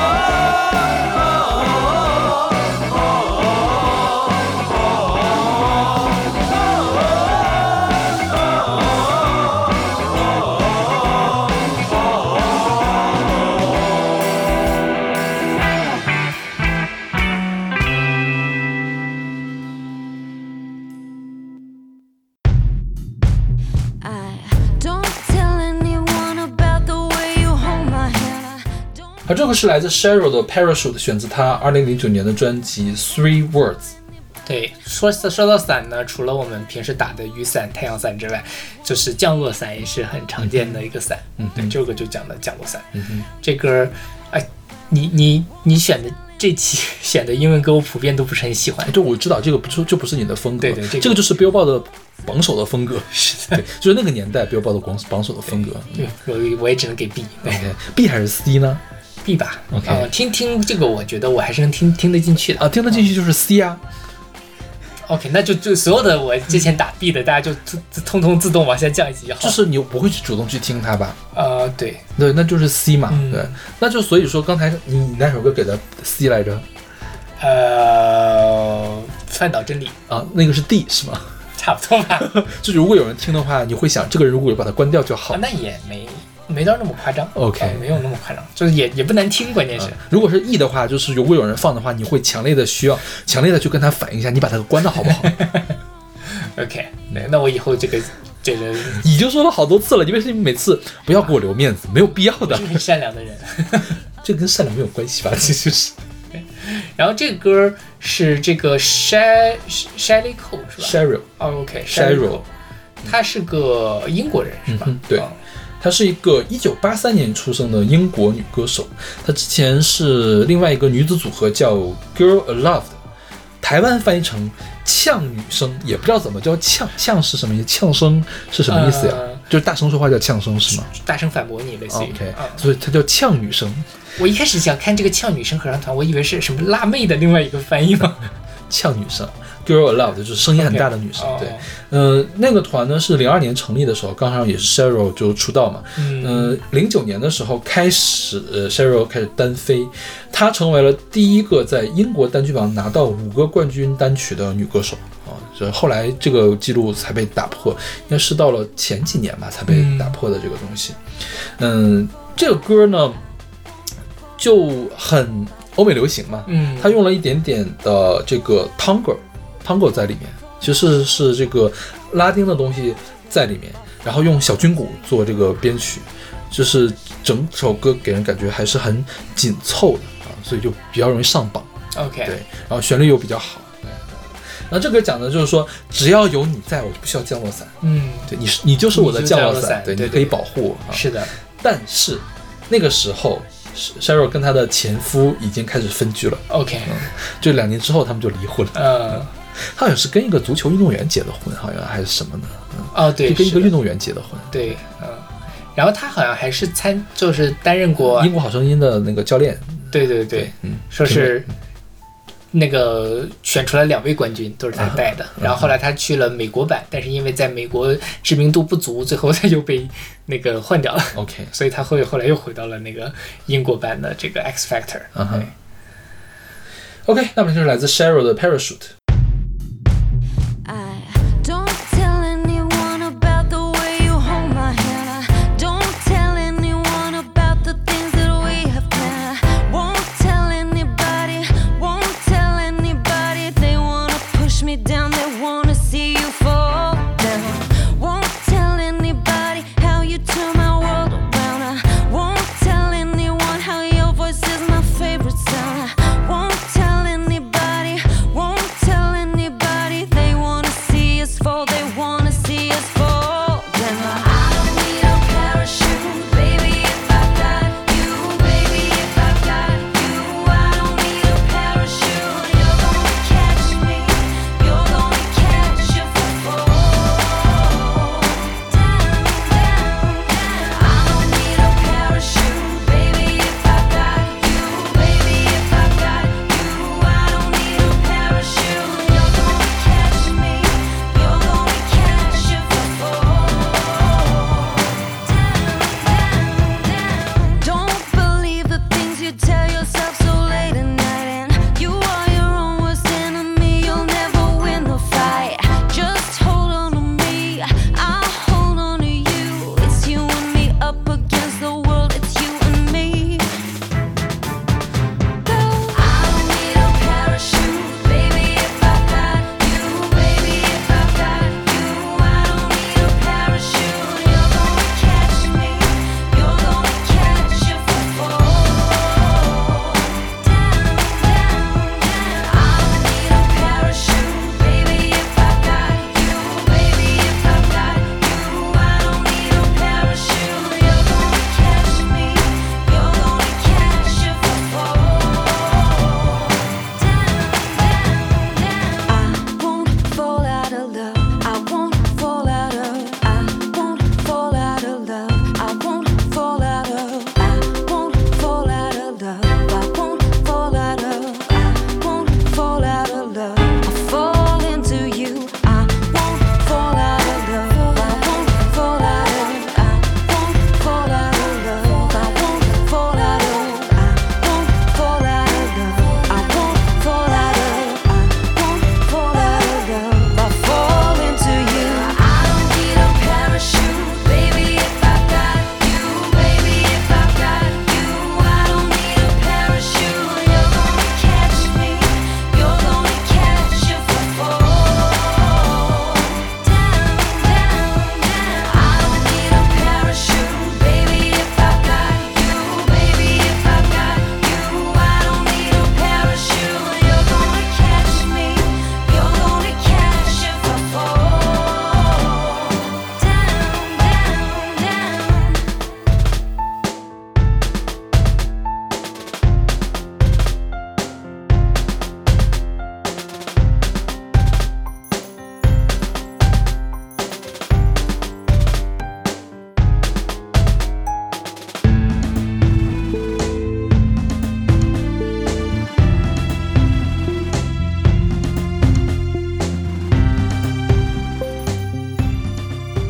Speaker 4: I don't tell anyone about the way you hold my hand. I don't
Speaker 3: 这个是来自 Sheryl 的 Parachute， 选自他2009年的专辑 Three Words。
Speaker 2: 对，说到伞呢，除了我们平时打的雨伞、太阳伞之外，就是降落伞也是很常见的一个伞。对，这个就讲的降落伞。这歌，哎，你选的这期选的英文歌，我普遍都不是很喜欢。
Speaker 3: 对，我知道这个就不是你的风格。
Speaker 2: 对，
Speaker 3: 这个就是 Billboard 的榜首的风格。
Speaker 2: 是的，
Speaker 3: 对，就是那个年代 Billboard 的榜首的风格。
Speaker 2: 对，我也只能给 B。对
Speaker 3: ，B 还是 C 呢
Speaker 2: ？B 吧。
Speaker 3: OK，
Speaker 2: 听这个，我觉得我还是能听得进去的。
Speaker 3: 听得进去就是 C 啊。
Speaker 2: OK， 那就所有的我之前打 B 的，大家就通通自动往下降一级就好。
Speaker 3: 就是你不会去主动去听它吧？
Speaker 2: 对，
Speaker 3: 那就是 C 嘛。对，那就所以说刚才你那首歌给的 C 来着？
Speaker 2: 饭岛真理
Speaker 3: 啊，那个是 D 是吗？
Speaker 2: 差不多吧。
Speaker 3: 就如果有人听的话，你会想这个人如果把它关掉就好。
Speaker 2: 那也没到那么夸张。
Speaker 3: OK，
Speaker 2: 没有那么夸张，就是也不难听，关键是。
Speaker 3: 如果是 E 的话，就是如果有人放的话，你会强烈的去跟他反映一下，你把它关的好不好
Speaker 2: ？OK， 那我以后这个
Speaker 3: 已经说了好多次了，你为什么每次不要给我留面子？没有必要的。
Speaker 2: 我是很善良的人。
Speaker 3: 这跟善良没有关系吧？其实是。
Speaker 2: 然后这个歌是这个 Shelly Cole 是吧
Speaker 3: ？Sheryl。
Speaker 2: OK，Sheryl， 他是个英国人是吧？
Speaker 3: 对。她是一个1983年出生的英国女歌手，她之前是另外一个女子组合叫 Girl Aloud， 台湾翻译成呛女生，也不知道怎么叫呛是什么意思，呛声是什么意思呀？就是大声说话叫呛声是吗？
Speaker 2: 大声反驳你类似于。
Speaker 3: OK，所以它叫呛女生。
Speaker 2: 我一开始想看这个呛女生合唱团，我以为是什么辣妹的另外一个翻译吗？
Speaker 3: 呛女生 Girl Aloud 就是声音很大的女生。对，那个团呢是02年成立的时候，刚好也是 Sheryl 就出道嘛。09年的时候开始Sheryl 开始单飞，她成为了第一个在英国单曲榜拿到5个冠军单曲的女歌手啊。后来这个记录才被打破，应该是到了前几年吧才被打破的这个东西。这个歌呢就很欧美流行嘛，他用了一点点的这个 tango 在里面，其实是这个拉丁的东西在里面，然后用小军鼓做这个编曲，就是整首歌给人感觉还是很紧凑的啊，所以就比较容易上榜。
Speaker 2: OK，
Speaker 3: 对，然后旋律又比较好。 然后这个讲的就是说，只要有你在，我就不需要降落伞。对，你就是我的降落伞，对，你可以保护我。
Speaker 2: 是的，
Speaker 3: 但是那个时候，Cheryl 跟她的前夫已经开始分居了。
Speaker 2: OK，
Speaker 3: 就2年之后他们就离婚了。他好像是跟一个足球运动员结的婚，好像还是什么呢？
Speaker 2: 对，
Speaker 3: 就跟一个运动员结的婚。
Speaker 2: 对，然后他好像还是就是担任过
Speaker 3: 英国好声音的那个教练。
Speaker 2: 对，说是那个选出来2位冠军都是他带的，然后后来他去了美国版，但是因为在美国知名度不足，最后他就被那个换掉了。
Speaker 3: OK，
Speaker 2: 所以他后来又回到了那个英国版的这个 X Factor。
Speaker 3: OK， 那么就是来自 Cheryl 的 Interlude。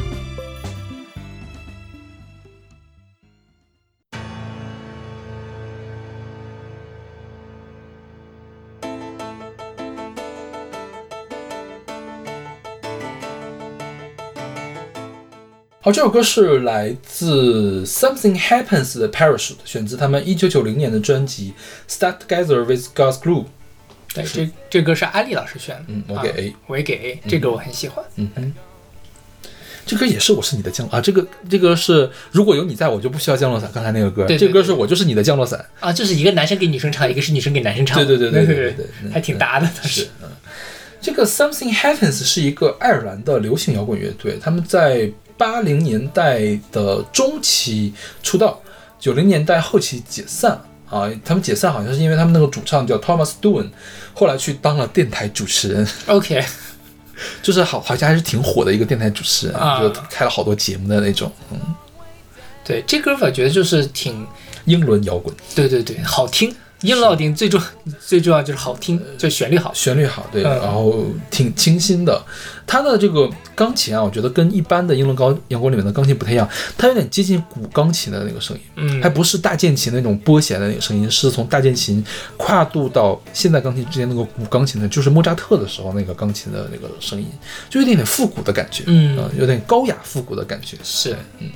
Speaker 3: 好，这首歌是来自 Something Happens 的 Parachute， 选自他们1990年的专辑 Stuck Together with God's Glue。
Speaker 2: 对，这歌是阿丽老师选的，
Speaker 3: 我给 A，
Speaker 2: 我也给 A， 这歌我很喜欢。
Speaker 3: 这歌也是我是你的降落啊，这个是如果有你在我就不需要降落伞。刚才那个歌，
Speaker 2: 对，
Speaker 3: 这个歌是我就是你的降落伞
Speaker 2: 啊，就是一个男生给女生唱，一个是女生给男生唱。
Speaker 3: 对，
Speaker 2: 还挺搭的，
Speaker 3: 是。 这个 Something Happens 是一个爱尔兰的流行摇滚乐队，他们在80年代的中期出道，90年代后期解散啊。他们解散好像是因为他们那个主唱叫 Thomas Doohan， 后来去当了电台主持人。
Speaker 2: OK，
Speaker 3: 就是好像还是挺火的一个电台主持人，就开了好多节目的那种。
Speaker 2: 对，这歌我觉得就是挺
Speaker 3: 英伦摇滚，
Speaker 2: 对，好听。英老丁最重要就是好听，就旋律好，对，
Speaker 3: 然后挺清新的。它的这个钢琴啊，我觉得跟一般的英伦摇滚里面的钢琴不太一样，它有点接近古钢琴的那个声音，还不是大键琴那种拨弦的那个声音，是从大键琴跨度到现代钢琴之间那个古钢琴的，就是莫扎特的时候那个钢琴的那个声音，就有点复古的感觉，有点高雅复古的感觉。
Speaker 2: 是，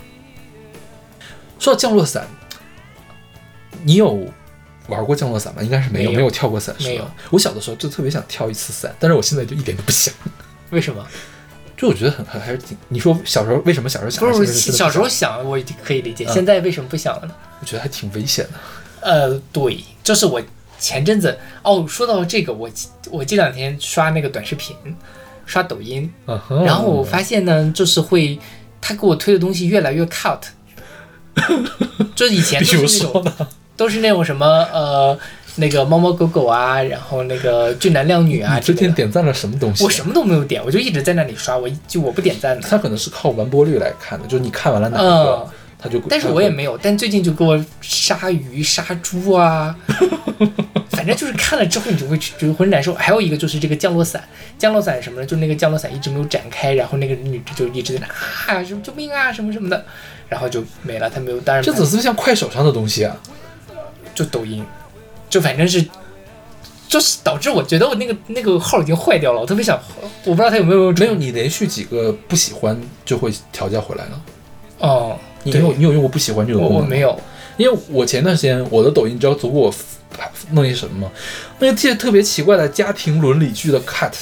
Speaker 3: 说到降落伞，你有玩过降落伞吗？应该是没有跳过伞，
Speaker 2: 没有。
Speaker 3: 我小的时候就特别想跳一次伞，但是我现在就一点都不想。
Speaker 2: 为什么？
Speaker 3: 就我觉得还是挺……你说小时候为什么小时候想？
Speaker 2: 不是小时候想，我可以理解。现在为什么不想了呢？
Speaker 3: 我觉得还挺危险的。
Speaker 2: 对，就是我前阵子说到这个，我这2天刷那个短视频，刷抖音，然后我发现呢，就是他给我推的东西越来越 cut， 就是以前都是那种什么那个猫猫狗狗啊，然后那个俊男靓女啊。
Speaker 3: 你之前点赞了什么东西？
Speaker 2: 我什么都没有点，我就一直在那里刷，我不点赞的。
Speaker 3: 他可能是靠完播率来看的，就是你看完了哪一个，他就。
Speaker 2: 但是我也没有，但最近就给我杀鱼、杀猪啊，反正就是看了之后你就会觉得浑身难受。还有一个就是这个降落伞什么的，就那个降落伞一直没有展开，然后那个女的就一直在那什么救命啊什么什么的，然后就没了。他没有，当然
Speaker 3: 这怎么像快手上的东西啊？
Speaker 2: 就抖音。就反正是，就是导致我觉得我那个号已经坏掉了，我特别想，我不知道他有没有
Speaker 3: 你连续几个不喜欢就会调教回来了。你有用过不喜欢这个功能吗？
Speaker 2: 我没有，
Speaker 3: 因为我前段时间我的抖音，你知道足够我弄一什么吗？那个特别奇怪的家庭伦理剧的 cut。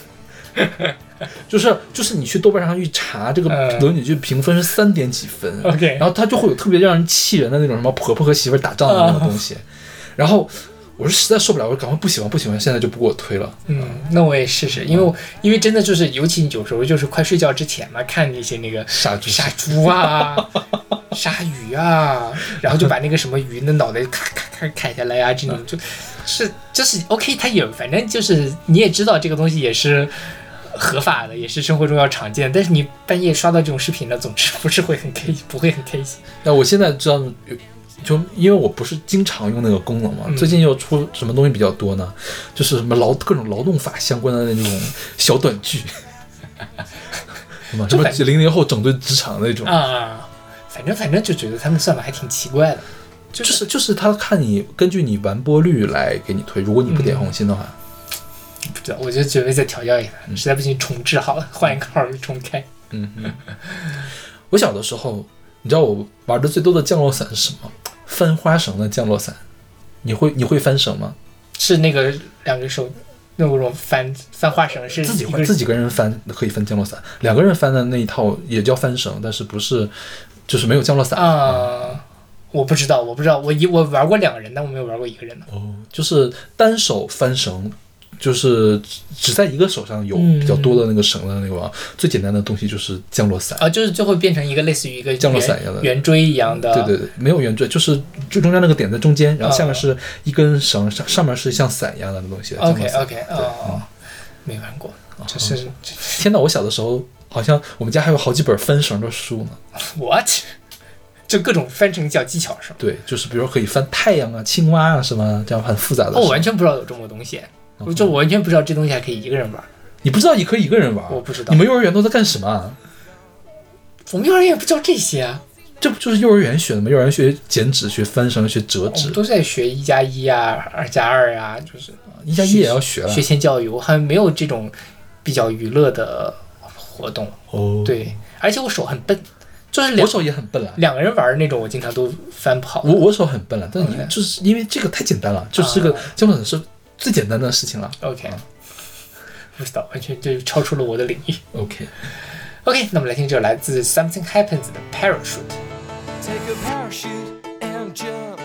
Speaker 3: 就是你去豆瓣上去查这个伦理剧评分是3点几分
Speaker 2: ，OK，
Speaker 3: 然后它就会有特别让人气人的那种什么婆婆和媳妇打仗的那种东西，然后我是实在受不了，我赶快不喜欢，现在就不给我推了。
Speaker 2: 那我也试试，因为真的就是，尤其有时候就是快睡觉之前嘛，看一些那个杀猪啊、杀鱼啊，然后就把那个什么鱼的脑袋咔咔咔砍下来啊，这种就是 OK， 它也反正就是你也知道这个东西也是合法的，也是生活中要常见，但是你半夜刷到这种视频呢，总之不会很开心。
Speaker 3: 那我现在知道。就因为我不是经常用那个功能嘛，最近又出什么东西比较多呢？就是什么各种劳动法相关的那种小短剧，什么00后整顿职场那种
Speaker 2: 啊，反正就觉得他们算法还挺奇怪的，
Speaker 3: 就是他根据你完播率来给你推，如果你不点红心的话，
Speaker 2: 不知道，我就准备再调教一下，实在不行重置好了，换一个号重开。
Speaker 3: 我小的时候，你知道我玩的最多的降落伞是什么？翻花绳的降落伞，你会翻绳吗？
Speaker 2: 是那个2个手那种翻花绳，是
Speaker 3: 自己个人翻可以翻降落伞，2个人翻的那一套也叫翻绳，但是不是就是没有降落伞
Speaker 2: 我不知道，我玩过2个人，但我没有玩过1个人的。
Speaker 3: 就是单手翻绳。就是只在一个手上有比较多的那个绳的那个最简单的东西就是降落伞
Speaker 2: 就是最后变成一个类似于一个
Speaker 3: 降落伞一样的
Speaker 2: 圆锥一样的。
Speaker 3: 对，没有圆锥，就是最中间那个点在中间，然后下面是一根绳，上面是像伞一样的东西。
Speaker 2: OK， 没玩过，就是
Speaker 3: 天哪！我小的时候好像我们家还有好几本翻绳的书呢。
Speaker 2: What？ 就各种翻绳小技巧是吗？
Speaker 3: 对，就是比如可以翻太阳啊、青蛙啊什么这样很复杂的。
Speaker 2: 我完全不知道有这么多东西。我完全不知道这东西还可以1个人玩。
Speaker 3: 你不知道你可以1个人玩？
Speaker 2: 我不知道。
Speaker 3: 你们幼儿园都在干什么啊？
Speaker 2: 我们幼儿园也不知道这些啊。
Speaker 3: 这不就是幼儿园学的吗？幼儿园学剪纸、学翻绳、学折纸，
Speaker 2: 我们都在学1+1啊、2+2啊，就是
Speaker 3: 1+1也要学了。
Speaker 2: 学前教育，我好像没有这种比较娱乐的活动。对，而且我手很笨，就是
Speaker 3: 我手也很笨了。
Speaker 2: 2个人玩那种，我经常都翻不好。
Speaker 3: 我手很笨了，但你就是因为这个太简单了，就是这个降落伞是最简单的事情了。
Speaker 2: OK， 不知道，完全就超出了我的领域。
Speaker 3: OK，
Speaker 2: 那我们来听这来自 Something Happens 的 Parachute。Take
Speaker 6: a parachute and jump.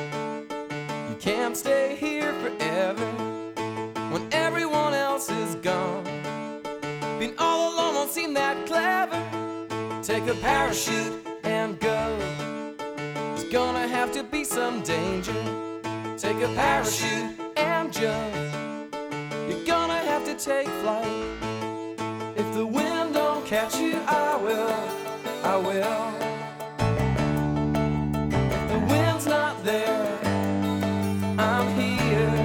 Speaker 6: You can't stay here forever when everyone else is gone. don't seem that clever. Take a parachute and go. There's gonna have to be some danger. Take a parachute and jump. You're gonna have to take flight. If the wind don't catch you, I will. If the wind's not there, I'm here.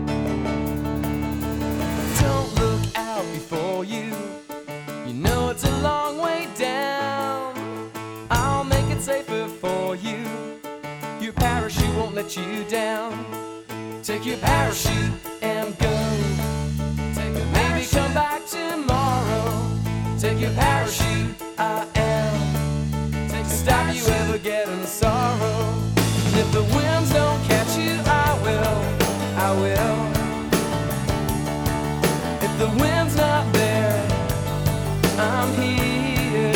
Speaker 6: Don't look out before you. You know it's a long way down. I'll make it safer for you. Your parachute won't let you down. Take your parachute and go. Maybe come back tomorrow. Take your parachute, I am. To stop you ever getting sorrow. And if the winds don't catch you, I will. If the wind's not there, I'm here.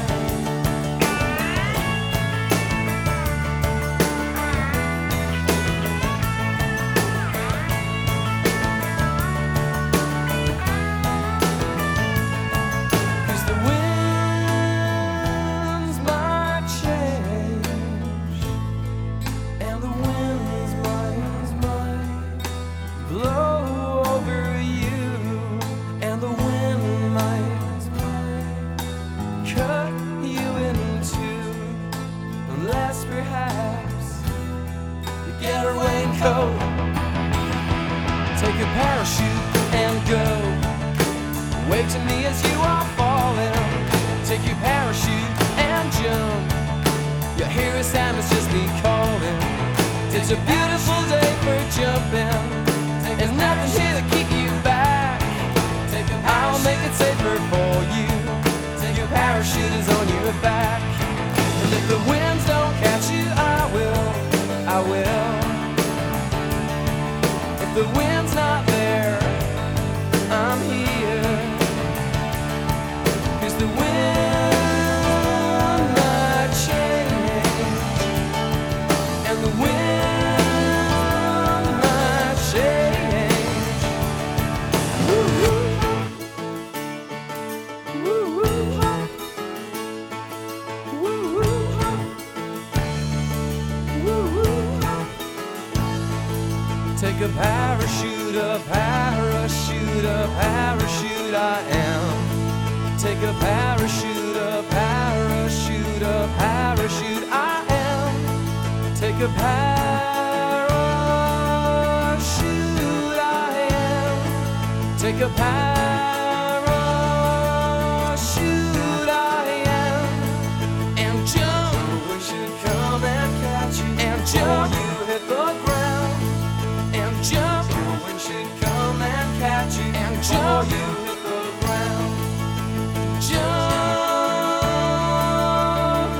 Speaker 6: Cause the winds might change, and the winds might blow over you, and the wind might cut you in two, unless perhaps you get a raincoat. Take a parachute and go. Wave to me as you are falling. Take your parachute and jump. You hear a sound, it's just me calling. It's a beautiful day for jumping. There's nothing here to keep you back. I'll make it safer for you. Your parachute is on your back. And if the winds don't catch you, I will. If the wind's not there, I'm here. Cause the wind might change, and the wind might change. Woo-hoo. Take a parachute, a parachute, a parachute, I am. Take a parachute, a parachute, a parachute, I am. Take a parachute, I am. Take a parachute, I am. And jump, we should come and catch you. And jump, you hit the ground. And jump, we should come and catch you. And jump, you hit the ground. Jump,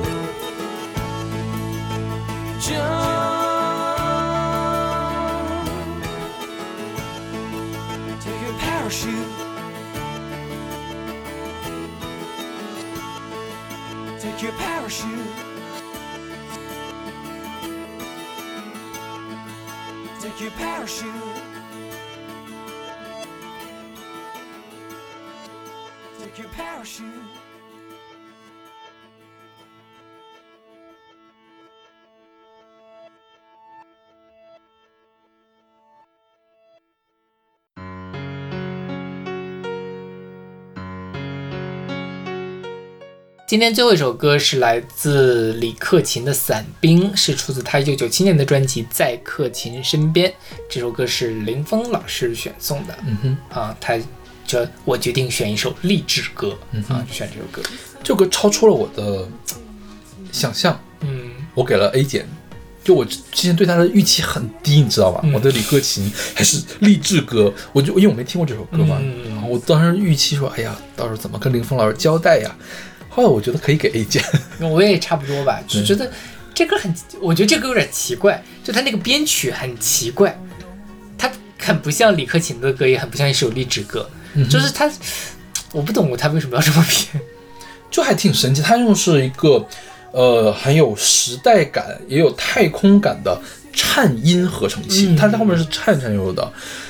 Speaker 6: jump. Take your parachute. Take your parachute. Take your parachute. Take your parachute.
Speaker 2: 今天最后一首歌是来自李克勤的《伞兵》，是出自他1997年的专辑《在克勤身边》。这首歌是林峰老师选送的。他就我决定选一首励志歌，选这首歌。
Speaker 3: 这首歌超出了我的想象，我给了 A 减。就我之前对他的预期很低，你知道吧？我对李克勤还是励志歌，因为我没听过这首歌嘛，然后我当时预期说，哎呀，到时候怎么跟林峰老师交代呀？后来我觉得可以给 A 减，
Speaker 2: 我也差不多吧，就觉得这歌我觉得这歌有点奇怪，就他那个编曲很奇怪，他很不像李克勤的歌，也很不像一首励志歌，就是他，我不懂他为什么要这么编，
Speaker 3: 就还挺神奇。他用是一个很有时代感，也有太空感的颤音合成器，它后面是颤悠的。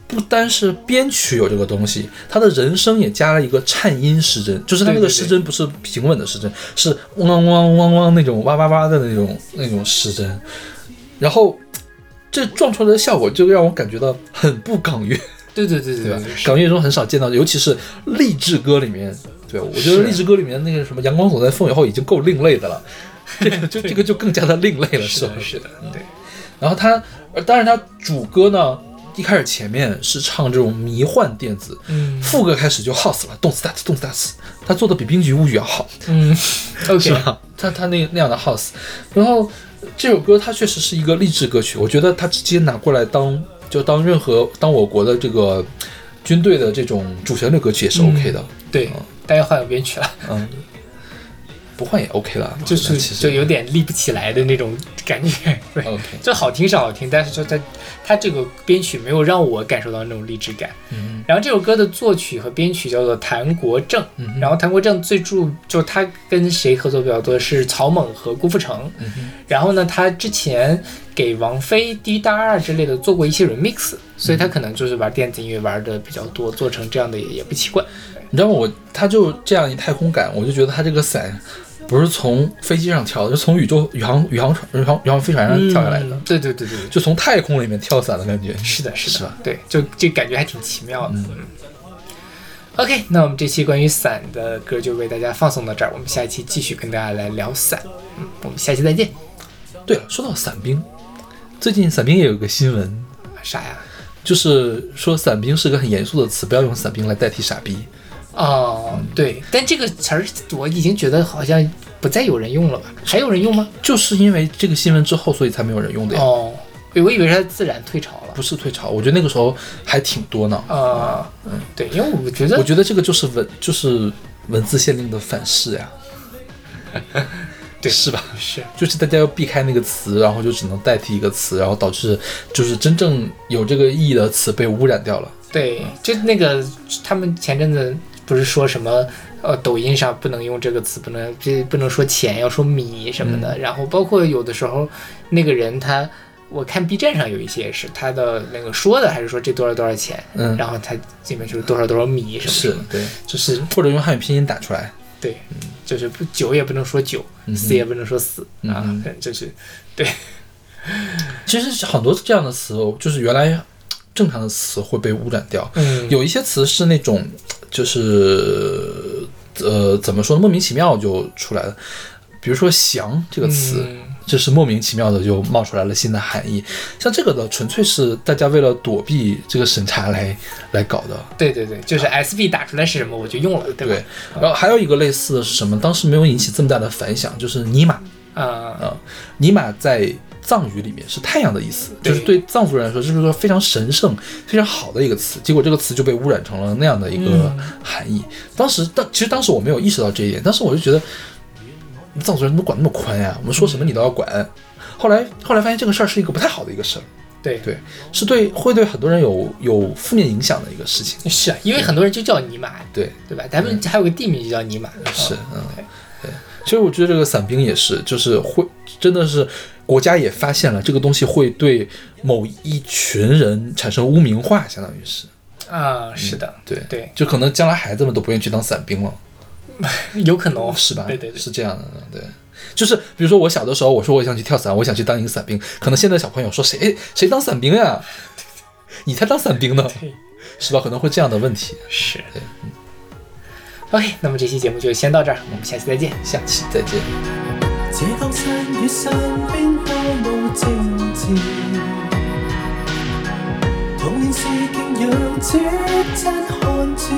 Speaker 3: 不单是编曲有这个东西，他的人声也加了一个颤音失真，就是他那个失真不是平稳的失真，是嗡嗡嗡嗡嗡那种哇哇哇的那种失真，然后这撞出来的效果就让我感觉到很不港乐。
Speaker 2: 对
Speaker 3: 吧？港乐中很少见到，尤其是励志歌里面，对，我觉得励志歌里面那个什么阳光总在风雨后已经够另类的了，这个就更加的另类了，
Speaker 2: 是的，对。
Speaker 3: 然后当然他主歌呢，一开始前面是唱这种迷幻电子，副歌开始就 house 了，动次打次，他做的比《冰菊物语》要好
Speaker 2: ，OK，
Speaker 3: 是吧？他那样的 house， 然后这首歌它确实是一个励志歌曲，我觉得他直接拿过来当我国的这个军队的这种主旋律歌曲也是 OK 的，
Speaker 2: 对，但要换个编曲了，
Speaker 3: 不换也 OK 了，
Speaker 2: 就有点立不起来的那种感觉，对，
Speaker 3: OK，
Speaker 2: 就好听是好听，但是就他这个编曲没有让我感受到那种励志感。然后这首歌的作曲和编曲叫做谭国正，然后谭国正就他跟谁合作比较多是曹猛和郭富城，然后呢，他之前给王菲、滴答二之类的做过一些 remix， 所以他可能就是玩电子音乐玩的比较多，做成这样的也不奇怪。
Speaker 3: 你知道吗？他就这样一太空感，我就觉得他这个伞不是从飞机上跳的，是从宇航飞船上跳下来的。
Speaker 2: 对，
Speaker 3: 就从太空里面跳伞的感觉。
Speaker 2: 是的，
Speaker 3: 是吧？
Speaker 2: 对，就这感觉还挺奇妙的。OK， 那我们这期关于伞的歌就为大家放送到这儿，我们下一期继续跟大家来聊伞。我们下期再见。
Speaker 3: 对了，说到伞兵，最近伞兵也有一个新闻，
Speaker 2: 啥呀？
Speaker 3: 就是说伞兵是个很严肃的词，不要用伞兵来代替傻逼。
Speaker 2: 对，但这个词儿我已经觉得好像不再有人用了吧？还有人用吗？
Speaker 3: 就是因为这个新闻之后，所以才没有人用的呀。
Speaker 2: 我以为是自然退潮了。
Speaker 3: 不是退潮，我觉得那个时候还挺多呢。
Speaker 2: 对，因为我觉得
Speaker 3: 这个就是文字限令的反噬呀。
Speaker 2: 对，
Speaker 3: 是吧？
Speaker 2: 是，
Speaker 3: 就是大家要避开那个词，然后就只能代替一个词，然后导致就是真正有这个意义的词被污染掉了。
Speaker 2: 对，就那个他们前阵子不是说什么抖音上不能用这个词，不能说钱，要说米什么的。然后包括有的时候那个人我看 B 站上有一些也是他的那个说的，还是说这多少钱，然后他里面就是多少米什么
Speaker 3: 是，对，
Speaker 2: 就是
Speaker 3: 或者用汉语拼音打出来。
Speaker 2: 对，就是酒也不能说酒，死也不能说死就是对。
Speaker 3: 其实很多这样的词，就是原来正常的词会被污染掉。有一些词是那种就是怎么说呢，莫名其妙就出来了。比如说降这个词，就是莫名其妙的就冒出来了新的含义。像这个的纯粹是大家为了躲避这个审查来搞的。
Speaker 2: 对，就是 SB 打出来是什么我就用了，对吧？
Speaker 3: 对。然后还有一个类似的是什么？当时没有引起这么大的反响，就是尼玛尼玛在藏语里面是太阳的意思，就是对藏族人来说这是个非常神圣非常好的一个词，结果这个词就被污染成了那样的一个含义。其实当时我没有意识到这一点，当时我就觉得藏族人怎么管那么宽呀，我们说什么你都要管。后来发现这个事儿是一个不太好的一个事儿。对，是会对很多人有负面影响的一个事情。
Speaker 2: 是啊，因为很多人就叫尼玛，对吧？咱们还有个地名就叫尼玛。
Speaker 3: 是，对。其实我觉得这个伞兵也是，就是会真的是国家也发现了这个东西会对某一群人产生污名化，相当于是
Speaker 2: 是的，对，
Speaker 3: 就可能将来孩子们都不愿意去当伞兵了。
Speaker 2: 有可能
Speaker 3: 是吧？
Speaker 2: 对，
Speaker 3: 是这样的。对，就是比如说我小的时候，我说我想去跳伞，我想去当一个伞兵，可能现在小朋友说谁当伞兵呀？你才当伞兵呢，是吧？可能会这样的问题。
Speaker 2: 是，对，OK， 那么这期节目就先到这儿，我们下期再见。
Speaker 3: 下期再见。
Speaker 6: 這當身與身邊都無政治，童年時敬仰這真漢子，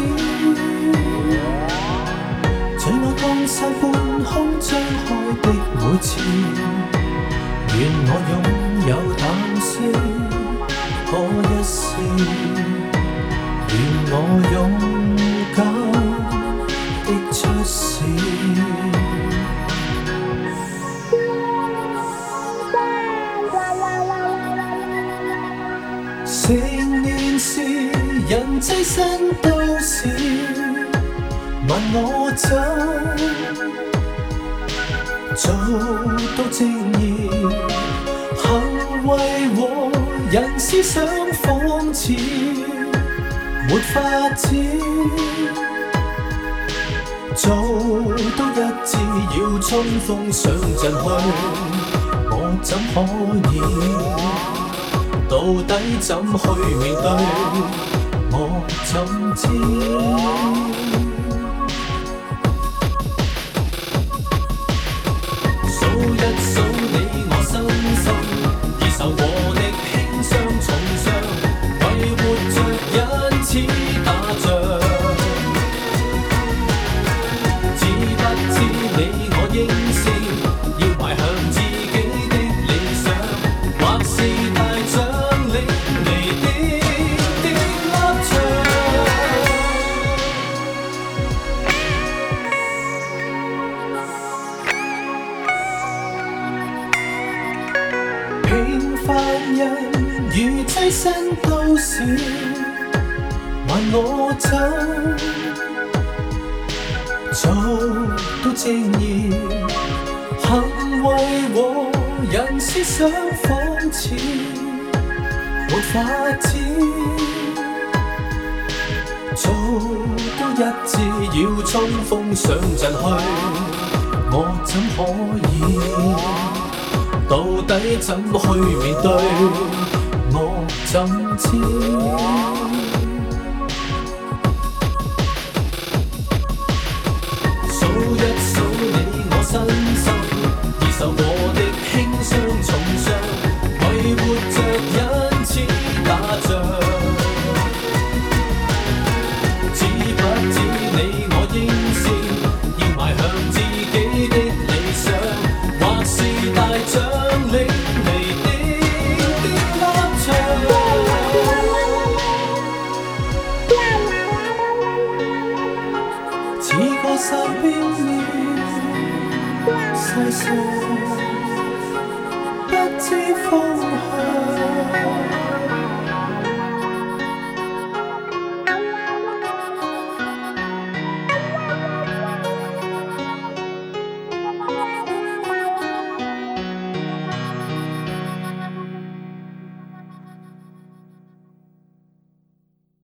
Speaker 6: 最愛江山半空張開的每次，願我擁有膽識可一試，願我勇敢的出事。成年時人擠身都市，問我走，做到正義，行為和人思想仿似。 沒法子做到一致，要衝鋒上陣去，我怎可以？到底怎去面對？我怎知？數一數你我身心，已受過的輕傷重傷，為活着因此打仗。知不知你我應先要邁向自己的理想，或是大將領你的立場。平凡人如棲身都市，還我走，做到正義，行為和人思想仿似沒法子做到一致，要衝鋒上陣去，我怎可以？到底怎去面對？我怎知？數一數你我身心，已受過的輕傷重傷，為活着因此打仗。知不知你我應先要邁向自己的理想，或是大將領你的立場。似個散兵了世上，不知方向。